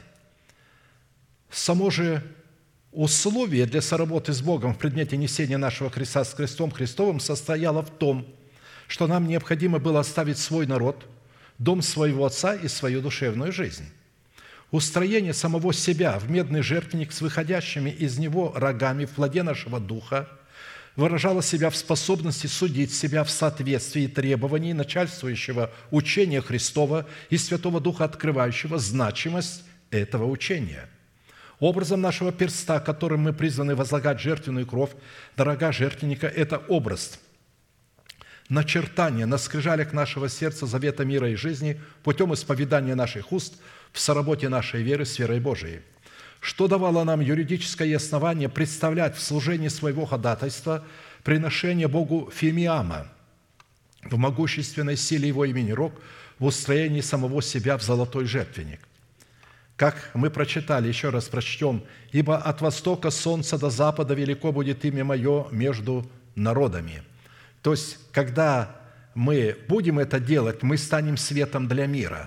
Само же условие для соработы с Богом в предмете несения нашего креста с крестом Христовым состояло в том, что нам необходимо было оставить свой народ, дом своего Отца и свою душевную жизнь. Устроение самого себя в медный жертвенник с выходящими из него рогами в плоде нашего духа выражало себя в способности судить себя в соответствии требований начальствующего учения Христова и Святого Духа, открывающего значимость этого учения. Образом нашего перста, которым мы призваны возлагать жертвенную кровь, дорога жертвенника – это образ начертания на скрижалях нашего сердца завета мира и жизни путем исповедания наших уст в соработе нашей веры с верой Божией, что давало нам юридическое основание представлять в служении своего ходатайства приношение Богу фимиама в могущественной силе Его имени Рог в устроении самого себя в золотой жертвенник. Как мы прочитали, еще раз прочтем, «Ибо от востока солнца до запада велико будет имя Мое между народами». То есть, когда мы будем это делать, мы станем светом для мира.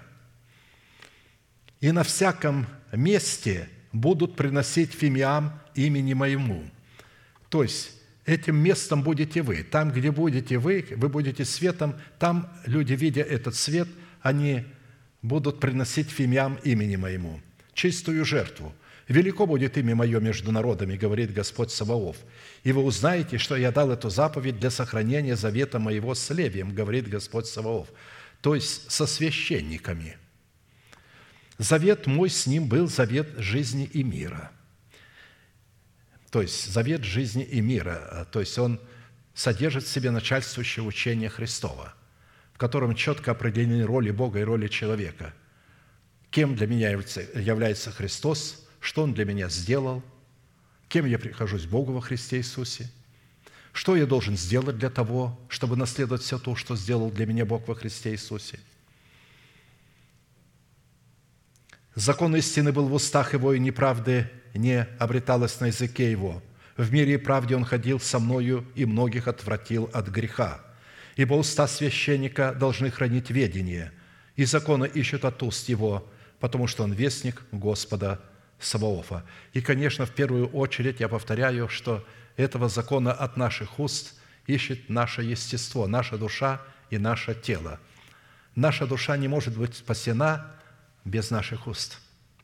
И на всяком месте будут приносить фимиам имени Моему. То есть, этим местом будете вы. Там, где будете вы будете светом, там люди, видя этот свет, они будут приносить фимиам имени Моему, чистую жертву. «Велико будет имя Мое между народами, говорит Господь Саваоф, и вы узнаете, что я дал эту заповедь для сохранения завета Моего с Левием, говорит Господь Саваоф». То есть, со священниками. Завет мой с ним был завет жизни и мира. То есть, завет жизни и мира. То есть, он содержит в себе начальствующее учение Христова, в котором четко определены роли Бога и роли человека. Кем для меня является Христос, что Он для меня сделал, кем я прихожусь к Богу во Христе Иисусе, что я должен сделать для того, чтобы наследовать все то, что сделал для меня Бог во Христе Иисусе. Закон истины был в устах его, и неправды не обреталось на языке его. В мире и правде он ходил со мною, и многих отвратил от греха. Ибо уста священника должны хранить ведение, и закона ищут от уст его, потому что он вестник Господа Саваофа». И, конечно, в первую очередь я повторяю, что этого закона от наших уст ищет наше естество, наша душа и наше тело. Наша душа не может быть спасена без наших уст.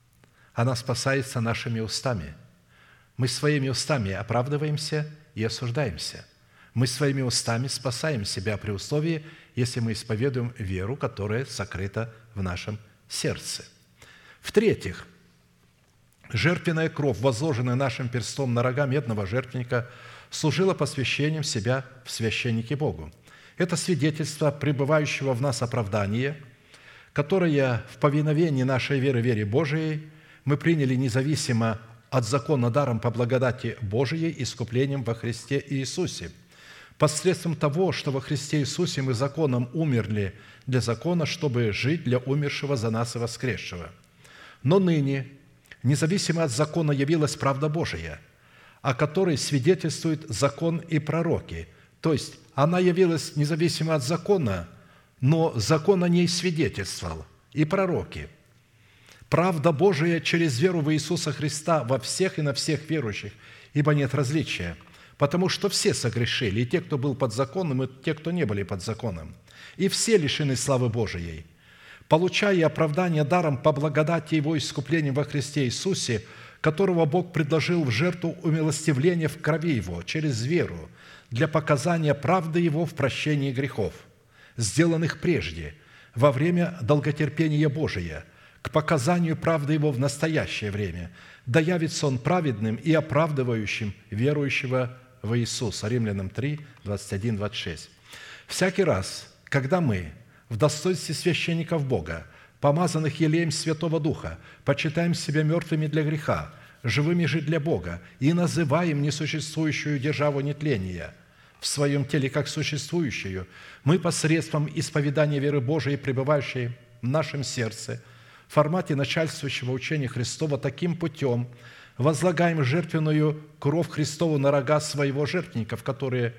Она спасается нашими устами. Мы своими устами оправдываемся и осуждаемся. Мы своими устами спасаем себя при условии, если мы исповедуем веру, которая сокрыта в нашем сердце. В-третьих, жертвенная кровь, возложенная нашим перстом на рога медного жертвенника, служила посвящением себя в священники Богу. Это свидетельство пребывающего в нас оправдания, которое в повиновении нашей веры, вере Божией, мы приняли независимо от закона даром по благодати Божией искуплением во Христе Иисусе, посредством того, что во Христе Иисусе мы законом умерли для закона, чтобы жить для умершего за нас и воскресшего. Но ныне, независимо от закона, явилась правда Божия, о которой свидетельствуют закон и пророки. То есть она явилась независимо от закона, но закон о ней свидетельствовал, и пророки. Правда Божия через веру в Иисуса Христа во всех и на всех верующих, ибо нет различия, потому что все согрешили, и те, кто был под законом, и те, кто не были под законом, и все лишены славы Божией, получая оправдание даром по благодати Его искупления во Христе Иисусе, которого Бог предложил в жертву умилостивления в крови Его через веру для показания правды Его в прощении грехов, сделанных прежде, во время долготерпения Божия, к показанию правды Его в настоящее время, да явится Он праведным и оправдывающим верующего в Иисуса». Римлянам 3, 21, 26. Всякий раз, когда мы в достоинстве священников Бога, помазанных елеем Святого Духа, почитаем себя мертвыми для греха, живыми же для Бога, и называем несуществующую державу нетления в своем теле как существующую, мы посредством исповедания веры Божией, пребывающей в нашем сердце, в формате начальствующего учения Христова, таким путем возлагаем жертвенную кровь Христову на рога своего жертвенника, в которые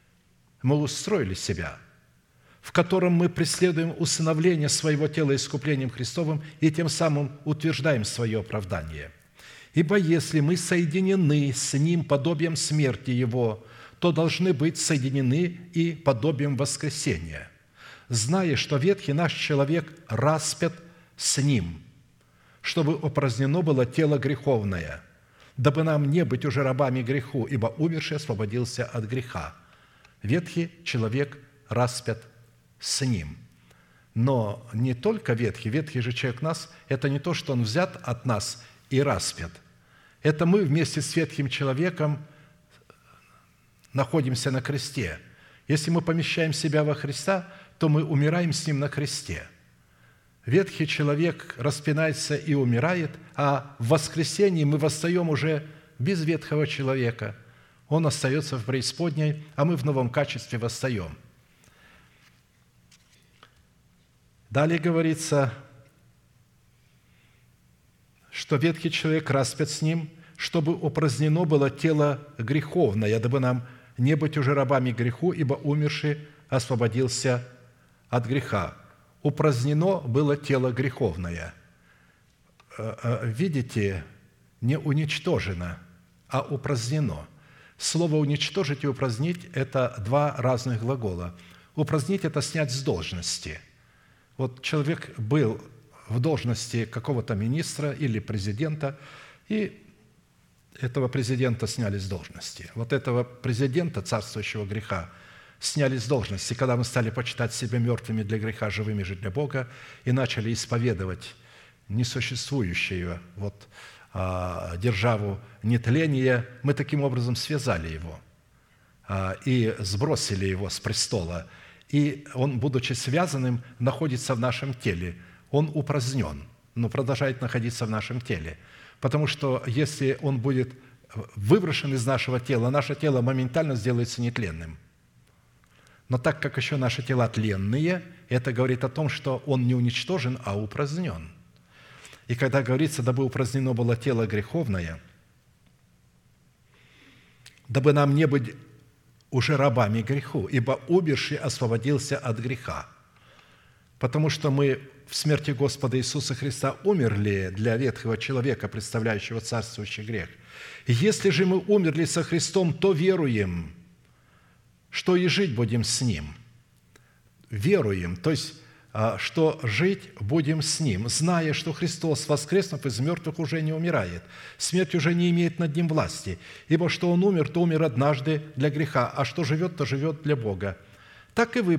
мы устроили себя, в котором мы преследуем усыновление своего тела искуплением Христовым и тем самым утверждаем свое оправдание. Ибо если мы соединены с Ним подобием смерти Его, то должны быть соединены и подобием воскресения, зная, что ветхий наш человек распят с Ним, чтобы упразднено было тело греховное, дабы нам не быть уже рабами греху, ибо умерший освободился от греха. Ветхий человек распят с Ним. Но не только ветхий же человек нас, это не то, что он взят от нас и распят. Это мы вместе с ветхим человеком находимся на кресте. Если мы помещаем себя во Христа, то мы умираем с Ним на кресте. Ветхий человек распинается и умирает, а в воскресении мы восстаем уже без ветхого человека. Он остается в преисподней, а мы в новом качестве восстаем. Далее говорится, что ветхий человек распят с Ним, чтобы упразднено было тело греховное, дабы нам не быть уже рабами греху, ибо умерший освободился от греха. Упразднено было тело греховное. Видите, не уничтожено, а упразднено. Слово «уничтожить» и «упразднить» – это два разных глагола. Упразднить – это снять с должности. Вот человек был в должности какого-то министра или президента, и этого президента сняли с должности. Вот этого президента царствующего греха сняли с должности, когда мы стали почитать себя мертвыми для греха, живыми же для Бога, и начали исповедовать несуществующую державу нетления, мы таким образом связали его и сбросили его с престола. И он, будучи связанным, находится в нашем теле. Он упразднен, но продолжает находиться в нашем теле. Потому что если он будет выброшен из нашего тела, наше тело моментально сделается нетленным. Но так как еще наши тела тленные, это говорит о том, что он не уничтожен, а упразднен. И когда говорится, дабы упразднено было тело греховное, дабы нам не быть уже рабами греху, ибо умерший освободился от греха. Потому что мы в смерти Господа Иисуса Христа умерли для ветхого человека, представляющего царствующий грех. Если же мы умерли со Христом, то веруем, что и жить будем с Ним. Веруем, то есть, что жить будем с Ним, зная, что Христос, воскреснув из мертвых, уже не умирает. Смерть уже не имеет над Ним власти, ибо что Он умер, то умер однажды для греха, а что живет, то живет для Бога. Так и вы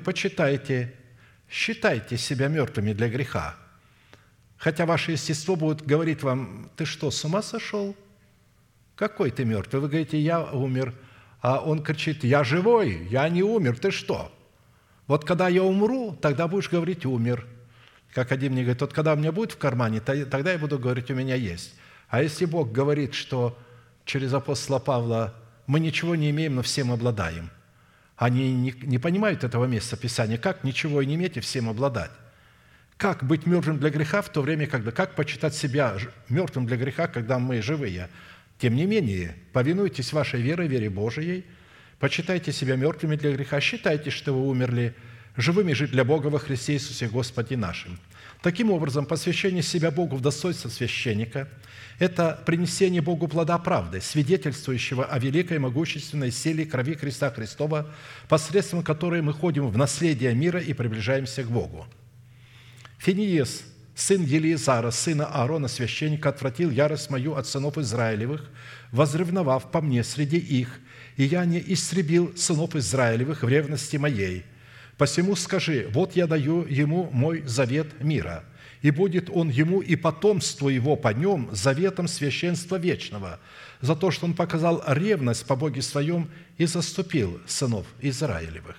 считайте себя мертвыми для греха. Хотя ваше естество будет говорить вам: ты что, с ума сошел? Какой ты мертвый? Вы говорите: я умер. А он кричит: я живой, я не умер, ты что? Вот когда я умру, тогда будешь говорить: умер. Как один мне говорит: вот когда у меня будет в кармане, тогда я буду говорить: у меня есть. А если Бог говорит, что через апостола Павла мы ничего не имеем, но всем обладаем, они не понимают этого места Писания. Как ничего и не иметь и всем обладать? Как быть мертвым для греха в то время, как почитать себя мертвым для греха, когда мы живые? Тем не менее, повинуйтесь вашей вере Божией, почитайте себя мертвыми для греха, считайте, что вы умерли, живыми жить для Бога во Христе Иисусе Господе нашим. Таким образом, посвящение себя Богу в достоинство священника – это принесение Богу плода правды, свидетельствующего о великой могущественной силе крови Христа Христова, посредством которой мы ходим в наследие мира и приближаемся к Богу. Финиес, сын Елиезара, сына Аарона, священника, отвратил ярость мою от сынов Израилевых, возревновав по мне среди их, и я не истребил сынов Израилевых в ревности моей. Посему скажи: вот я даю ему мой завет мира, и будет он ему и потомству его по нем заветом священства вечного, за то, что он показал ревность по Боге своем и заступил сынов Израилевых».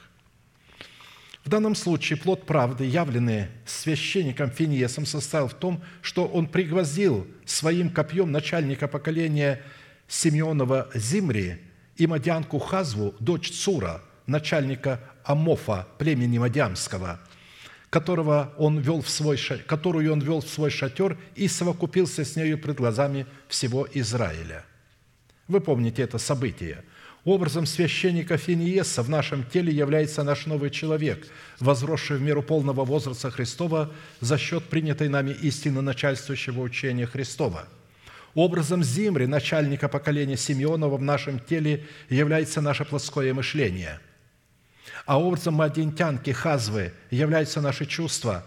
В данном случае плод правды, явленный священником Финиесом, состоял в том, что он пригвоздил своим копьем начальника поколения Симеонова Зимри и мадианку Хазву, дочь Цура, начальника Амофа, племени Мадиамского, которую он вел в свой шатер и совокупился с нею пред глазами всего Израиля. Вы помните это событие. Образом священника Финиеса в нашем теле является наш новый человек, возросший в меру полного возраста Христова за счет принятой нами истины начальствующего учения Христова. Образом Зимри, начальника поколения Симеонова, в нашем теле является наше плотское мышление. А образом мадиантянки Хазвы являются наши чувства,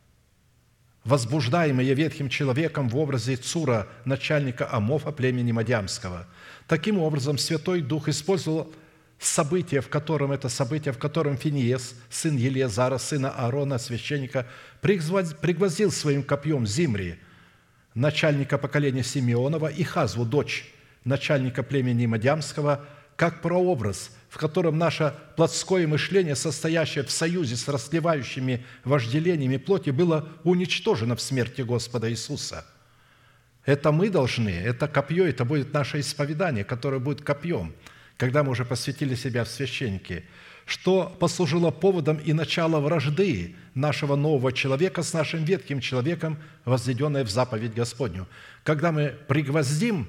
возбуждаемые ветхим человеком в образе Цура, начальника Амофа, племени Мадиамского. Таким образом, Святой Дух использовал событие, в котором Финиес, сын Елиезара, сына Аарона, священника, пригвоздил своим копьем Зимри, начальника поколения Симеонова, и Хазву, дочь начальника племени Мадиамского, как прообраз, в котором наше плотское мышление, состоящее в союзе с растлевающими вожделениями плоти, было уничтожено в смерти Господа Иисуса. Это мы должны, это копье, это будет наше исповедание, которое будет копьем, когда мы уже посвятили себя в священники, что послужило поводом и начало вражды нашего нового человека с нашим ветхим человеком, возведенной в заповедь Господню. Когда мы пригвоздим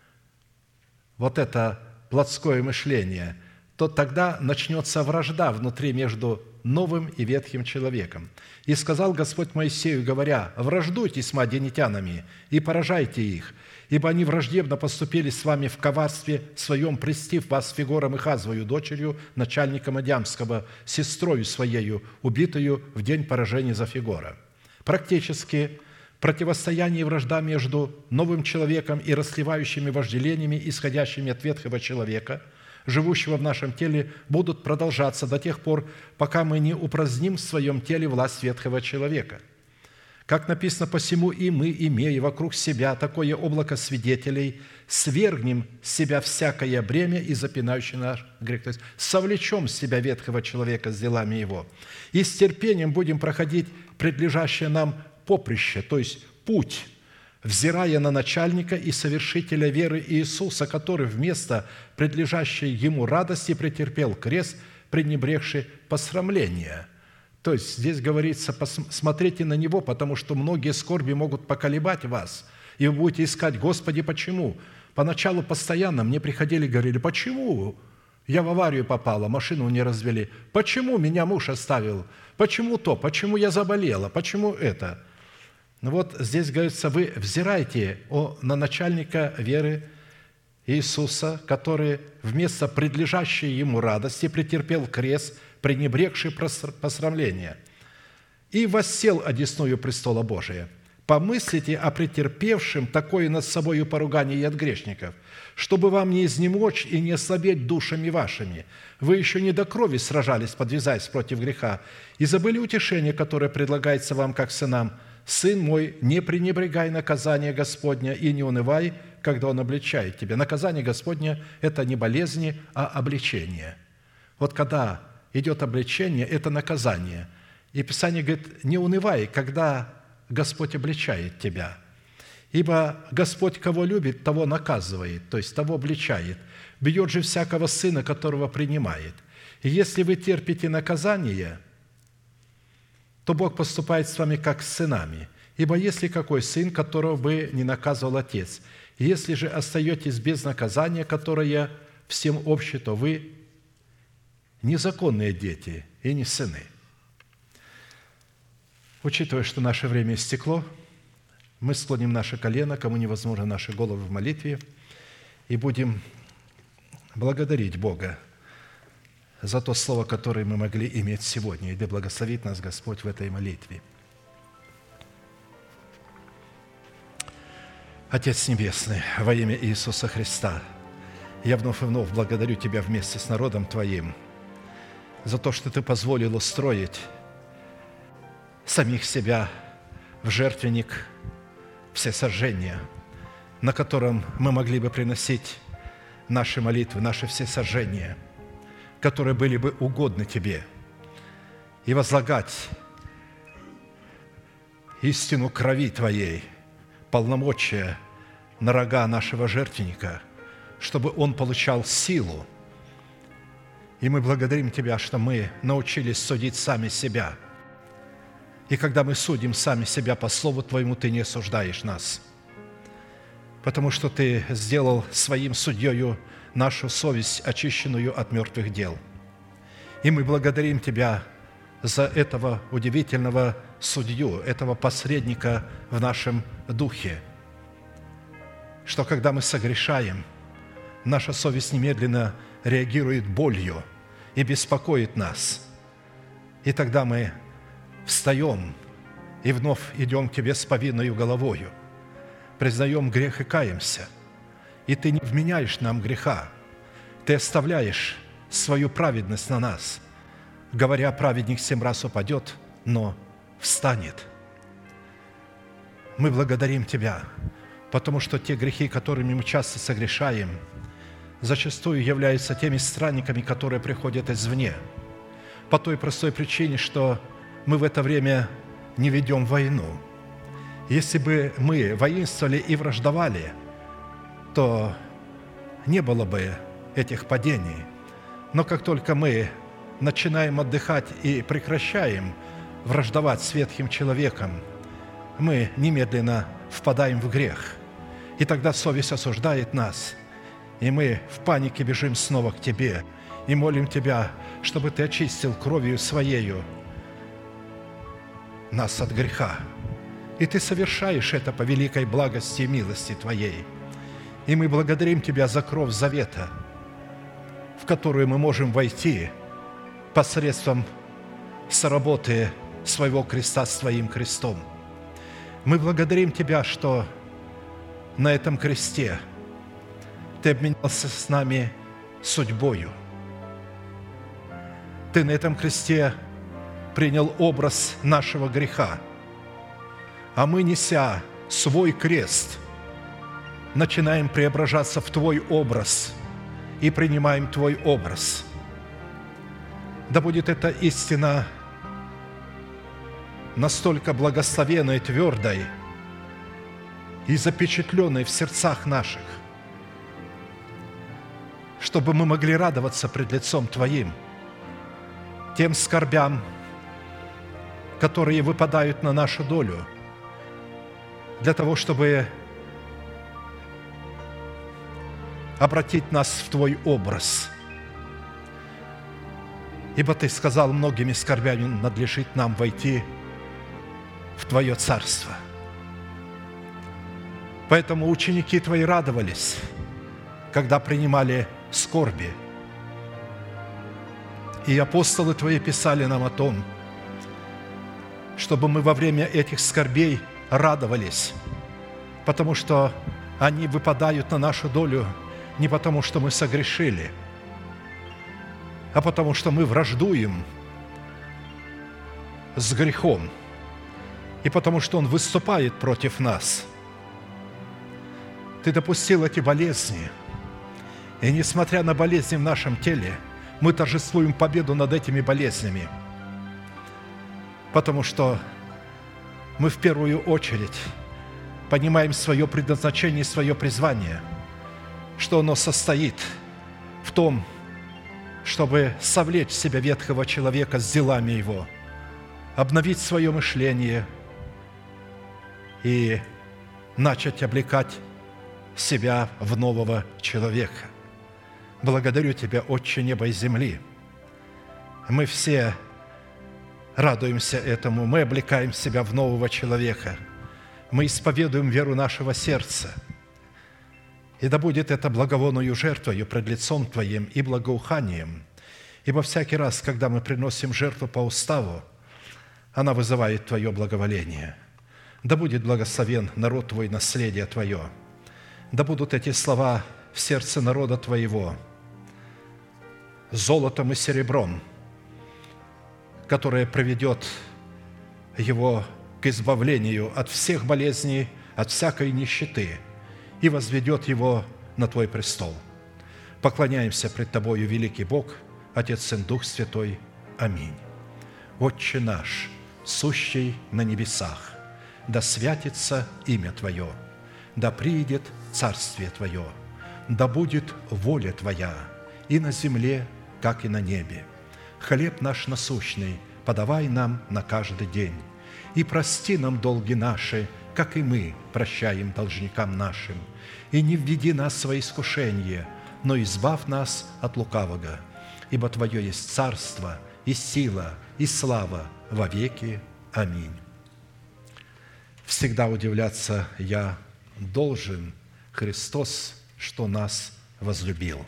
вот это плотское мышление, то тогда начнется вражда внутри между новым и ветхим человеком. «И сказал Господь Моисею, говоря: враждуйте с мадианитянами и поражайте их, ибо они враждебно поступили с вами в коварстве своем, прельстив вас Фигором и Хазвою, дочерью начальника Мадиамского, сестрою своею, убитою в день поражения за Фигора». Практически противостояние и вражда между новым человеком и растлевающими вожделениями, исходящими от ветхого человека, живущего в нашем теле, будут продолжаться до тех пор, пока мы не упраздним в своем теле власть ветхого человека. Как написано: «Посему и мы, имея вокруг себя такое облако свидетелей, свергнем с себя всякое бремя и запинающий наш грех». То есть совлечем с себя ветхого человека с делами его, и с терпением будем проходить предлежащее нам поприще, то есть путь, взирая на начальника и совершителя веры Иисуса, который вместо предлежащей ему радости претерпел крест, пренебрегший посрамление, То есть здесь говорится, смотрите на Него, потому что многие скорби могут поколебать вас, и вы будете искать: Господи, почему? Поначалу постоянно мне приходили и говорили: почему я в аварию попала, машину не развели? Почему меня муж оставил? Почему то? Почему я заболела? Почему это? Ну вот здесь говорится: вы взирайте на начальника веры Иисуса, который вместо предлежащей Ему радости претерпел крест, пренебрегший посрамление, и воссел одесную престола Божия. Помыслите о претерпевшем такое над собою поругание и от грешников, чтобы вам не изнемочь и не ослабеть душами вашими. Вы еще не до крови сражались, подвязаясь против греха, и забыли утешение, которое предлагается вам как сынам. Сын мой, не пренебрегай наказание Господня и не унывай, когда Он обличает тебя. Наказание Господне – это не болезни, а обличение. Вот когда идет обличение – это наказание. И Писание говорит: не унывай, когда Господь обличает тебя. Ибо Господь, кого любит, того наказывает, то есть того обличает. Бьет же всякого сына, которого принимает. И если вы терпите наказание, то Бог поступает с вами как с сынами. Ибо есть ли какой сын, которого бы не наказывал отец? Если же остаетесь без наказания, которое всем обще, то вы незаконные дети и не сыны. Учитывая, что наше время истекло, мы склоним наше колено, кому невозможно, наши головы в молитве, и будем благодарить Бога за то слово, которое мы могли иметь сегодня. И да благословит нас Господь в этой молитве. Отец Небесный, во имя Иисуса Христа, я вновь и вновь благодарю Тебя вместе с народом Твоим за то, что Ты позволил устроить самих себя в жертвенник всесожжения, на котором мы могли бы приносить наши молитвы, наши всесожжения, которые были бы угодны Тебе, и возлагать истину крови Твоей, полномочия на рога нашего жертвенника, чтобы он получал силу. И мы благодарим Тебя, что мы научились судить сами себя. И когда мы судим сами себя по Слову Твоему, Ты не осуждаешь нас, потому что Ты сделал своим судьею нашу совесть, очищенную от мертвых дел. И мы благодарим Тебя за этого удивительного судью, этого посредника в нашем духе, что когда мы согрешаем, наша совесть немедленно реагирует болью и беспокоит нас. И тогда мы встаем и вновь идем к Тебе с повинною головою, признаем грех и каемся. И Ты не вменяешь нам греха, Ты оставляешь свою праведность на нас, говоря: праведник 7 раз упадет, но встанет. Мы благодарим Тебя, потому что те грехи, которыми мы часто согрешаем, зачастую являются теми странниками, которые приходят извне, по той простой причине, что мы в это время не ведем войну. Если бы мы воинствовали и враждовали, то не было бы этих падений. Но как только мы начинаем отдыхать и прекращаем враждовать с ветхим человеком, мы немедленно впадаем в грех. И тогда совесть осуждает нас, и мы в панике бежим снова к Тебе и молим Тебя, чтобы Ты очистил кровью Своею нас от греха. И Ты совершаешь это по великой благости и милости Твоей. И мы благодарим Тебя за кровь завета, в которую мы можем войти посредством соработы своего креста с Твоим крестом. Мы благодарим Тебя, что на этом кресте Ты обменялся с нами судьбою. Ты на этом кресте принял образ нашего греха, а мы, неся свой крест, начинаем преображаться в Твой образ и принимаем Твой образ. Да будет эта истина настолько благословенной, твердой и запечатленной в сердцах наших, чтобы мы могли радоваться пред лицом Твоим, тем скорбям, которые выпадают на нашу долю, для того, чтобы обратить нас в Твой образ. Ибо Ты сказал, многими скорбями надлежит нам войти в Твое Царство. Поэтому ученики Твои радовались, когда принимали скорби. И апостолы Твои писали нам о том, чтобы мы во время этих скорбей радовались, потому что они выпадают на нашу долю не потому, что мы согрешили, а потому, что мы враждуем с грехом, и потому, что он выступает против нас. Ты допустил эти болезни, и несмотря на болезни в нашем теле, мы торжествуем победу над этими болезнями, потому что мы в первую очередь понимаем свое предназначение и свое призвание, что оно состоит в том, чтобы совлечь в себя ветхого человека с делами его, обновить свое мышление и начать облекать себя в нового человека. Благодарю Тебя, Отче неба и земли. Мы все радуемся этому, мы облекаем себя в нового человека, мы исповедуем веру нашего сердца. И да будет это благовонную жертвою пред лицом Твоим и благоуханием, ибо всякий раз, когда мы приносим жертву по уставу, она вызывает Твое благоволение. Да будет благословен народ Твой, наследие Твое. Да будут эти слова в сердце народа Твоего золотом и серебром, которое приведет его к избавлению от всех болезней, от всякой нищеты, и возведет его на Твой престол. Поклоняемся пред Тобою, великий Бог, Отец, Сын, Дух Святой. Аминь. Отче наш, сущий на небесах, да святится имя Твое, да приидет Царствие Твое, да будет воля Твоя и на земле, как и на небе. Хлеб наш насущный подавай нам на каждый день, и прости нам долги наши, как и мы прощаем должникам нашим. И не введи нас во искушение, но избавь нас от лукавого. Ибо Твое есть царство, и сила, и слава во веки. Аминь. Всегда удивляться я должен, Христос, что нас возлюбил.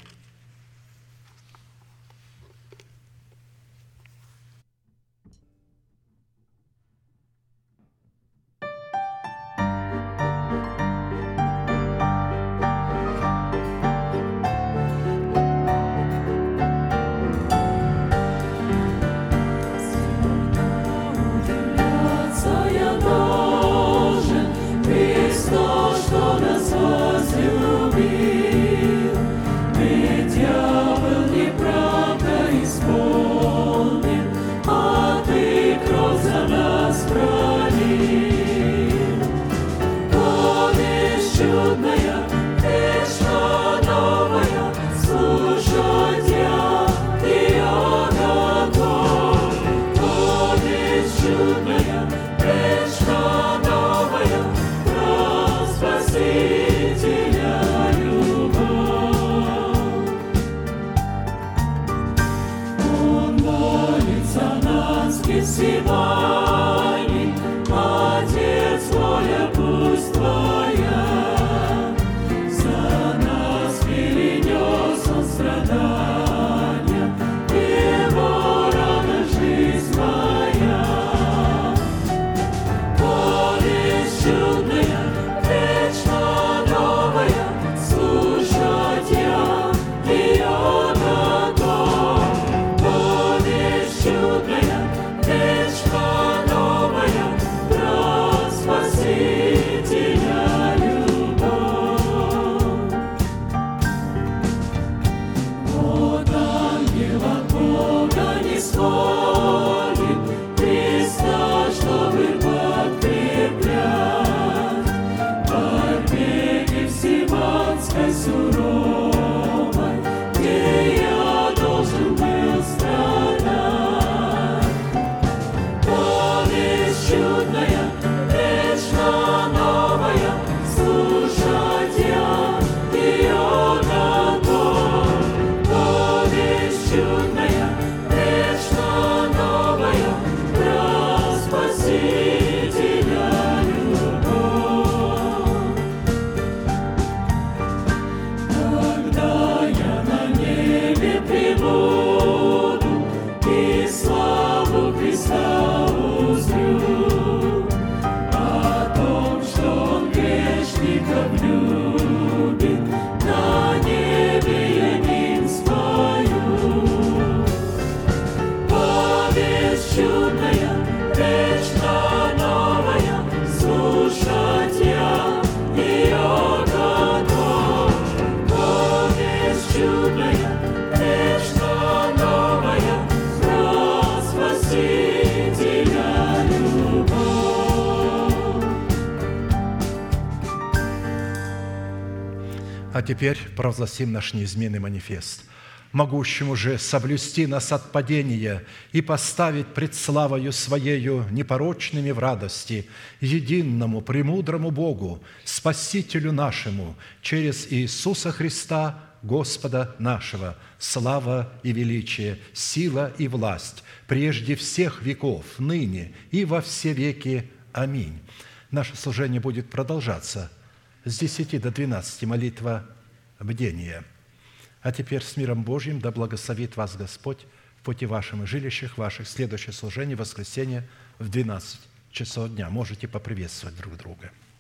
Чудная, вечная. А теперь провозгласим наш неизменный манифест. Могущему же соблюсти нас от падения и поставить пред славою Своею непорочными в радости, единому, премудрому Богу, Спасителю нашему, через Иисуса Христа, Господа нашего, слава и величие, сила и власть, прежде всех веков, ныне и во все веки. Аминь. Наше служение будет продолжаться с 10 до 12, молитва бдения. А теперь с миром Божьим да благословит вас Господь в пути вашим и жилищах ваших. Следующее служение в воскресенье в 12 часов дня. Можете поприветствовать друг друга.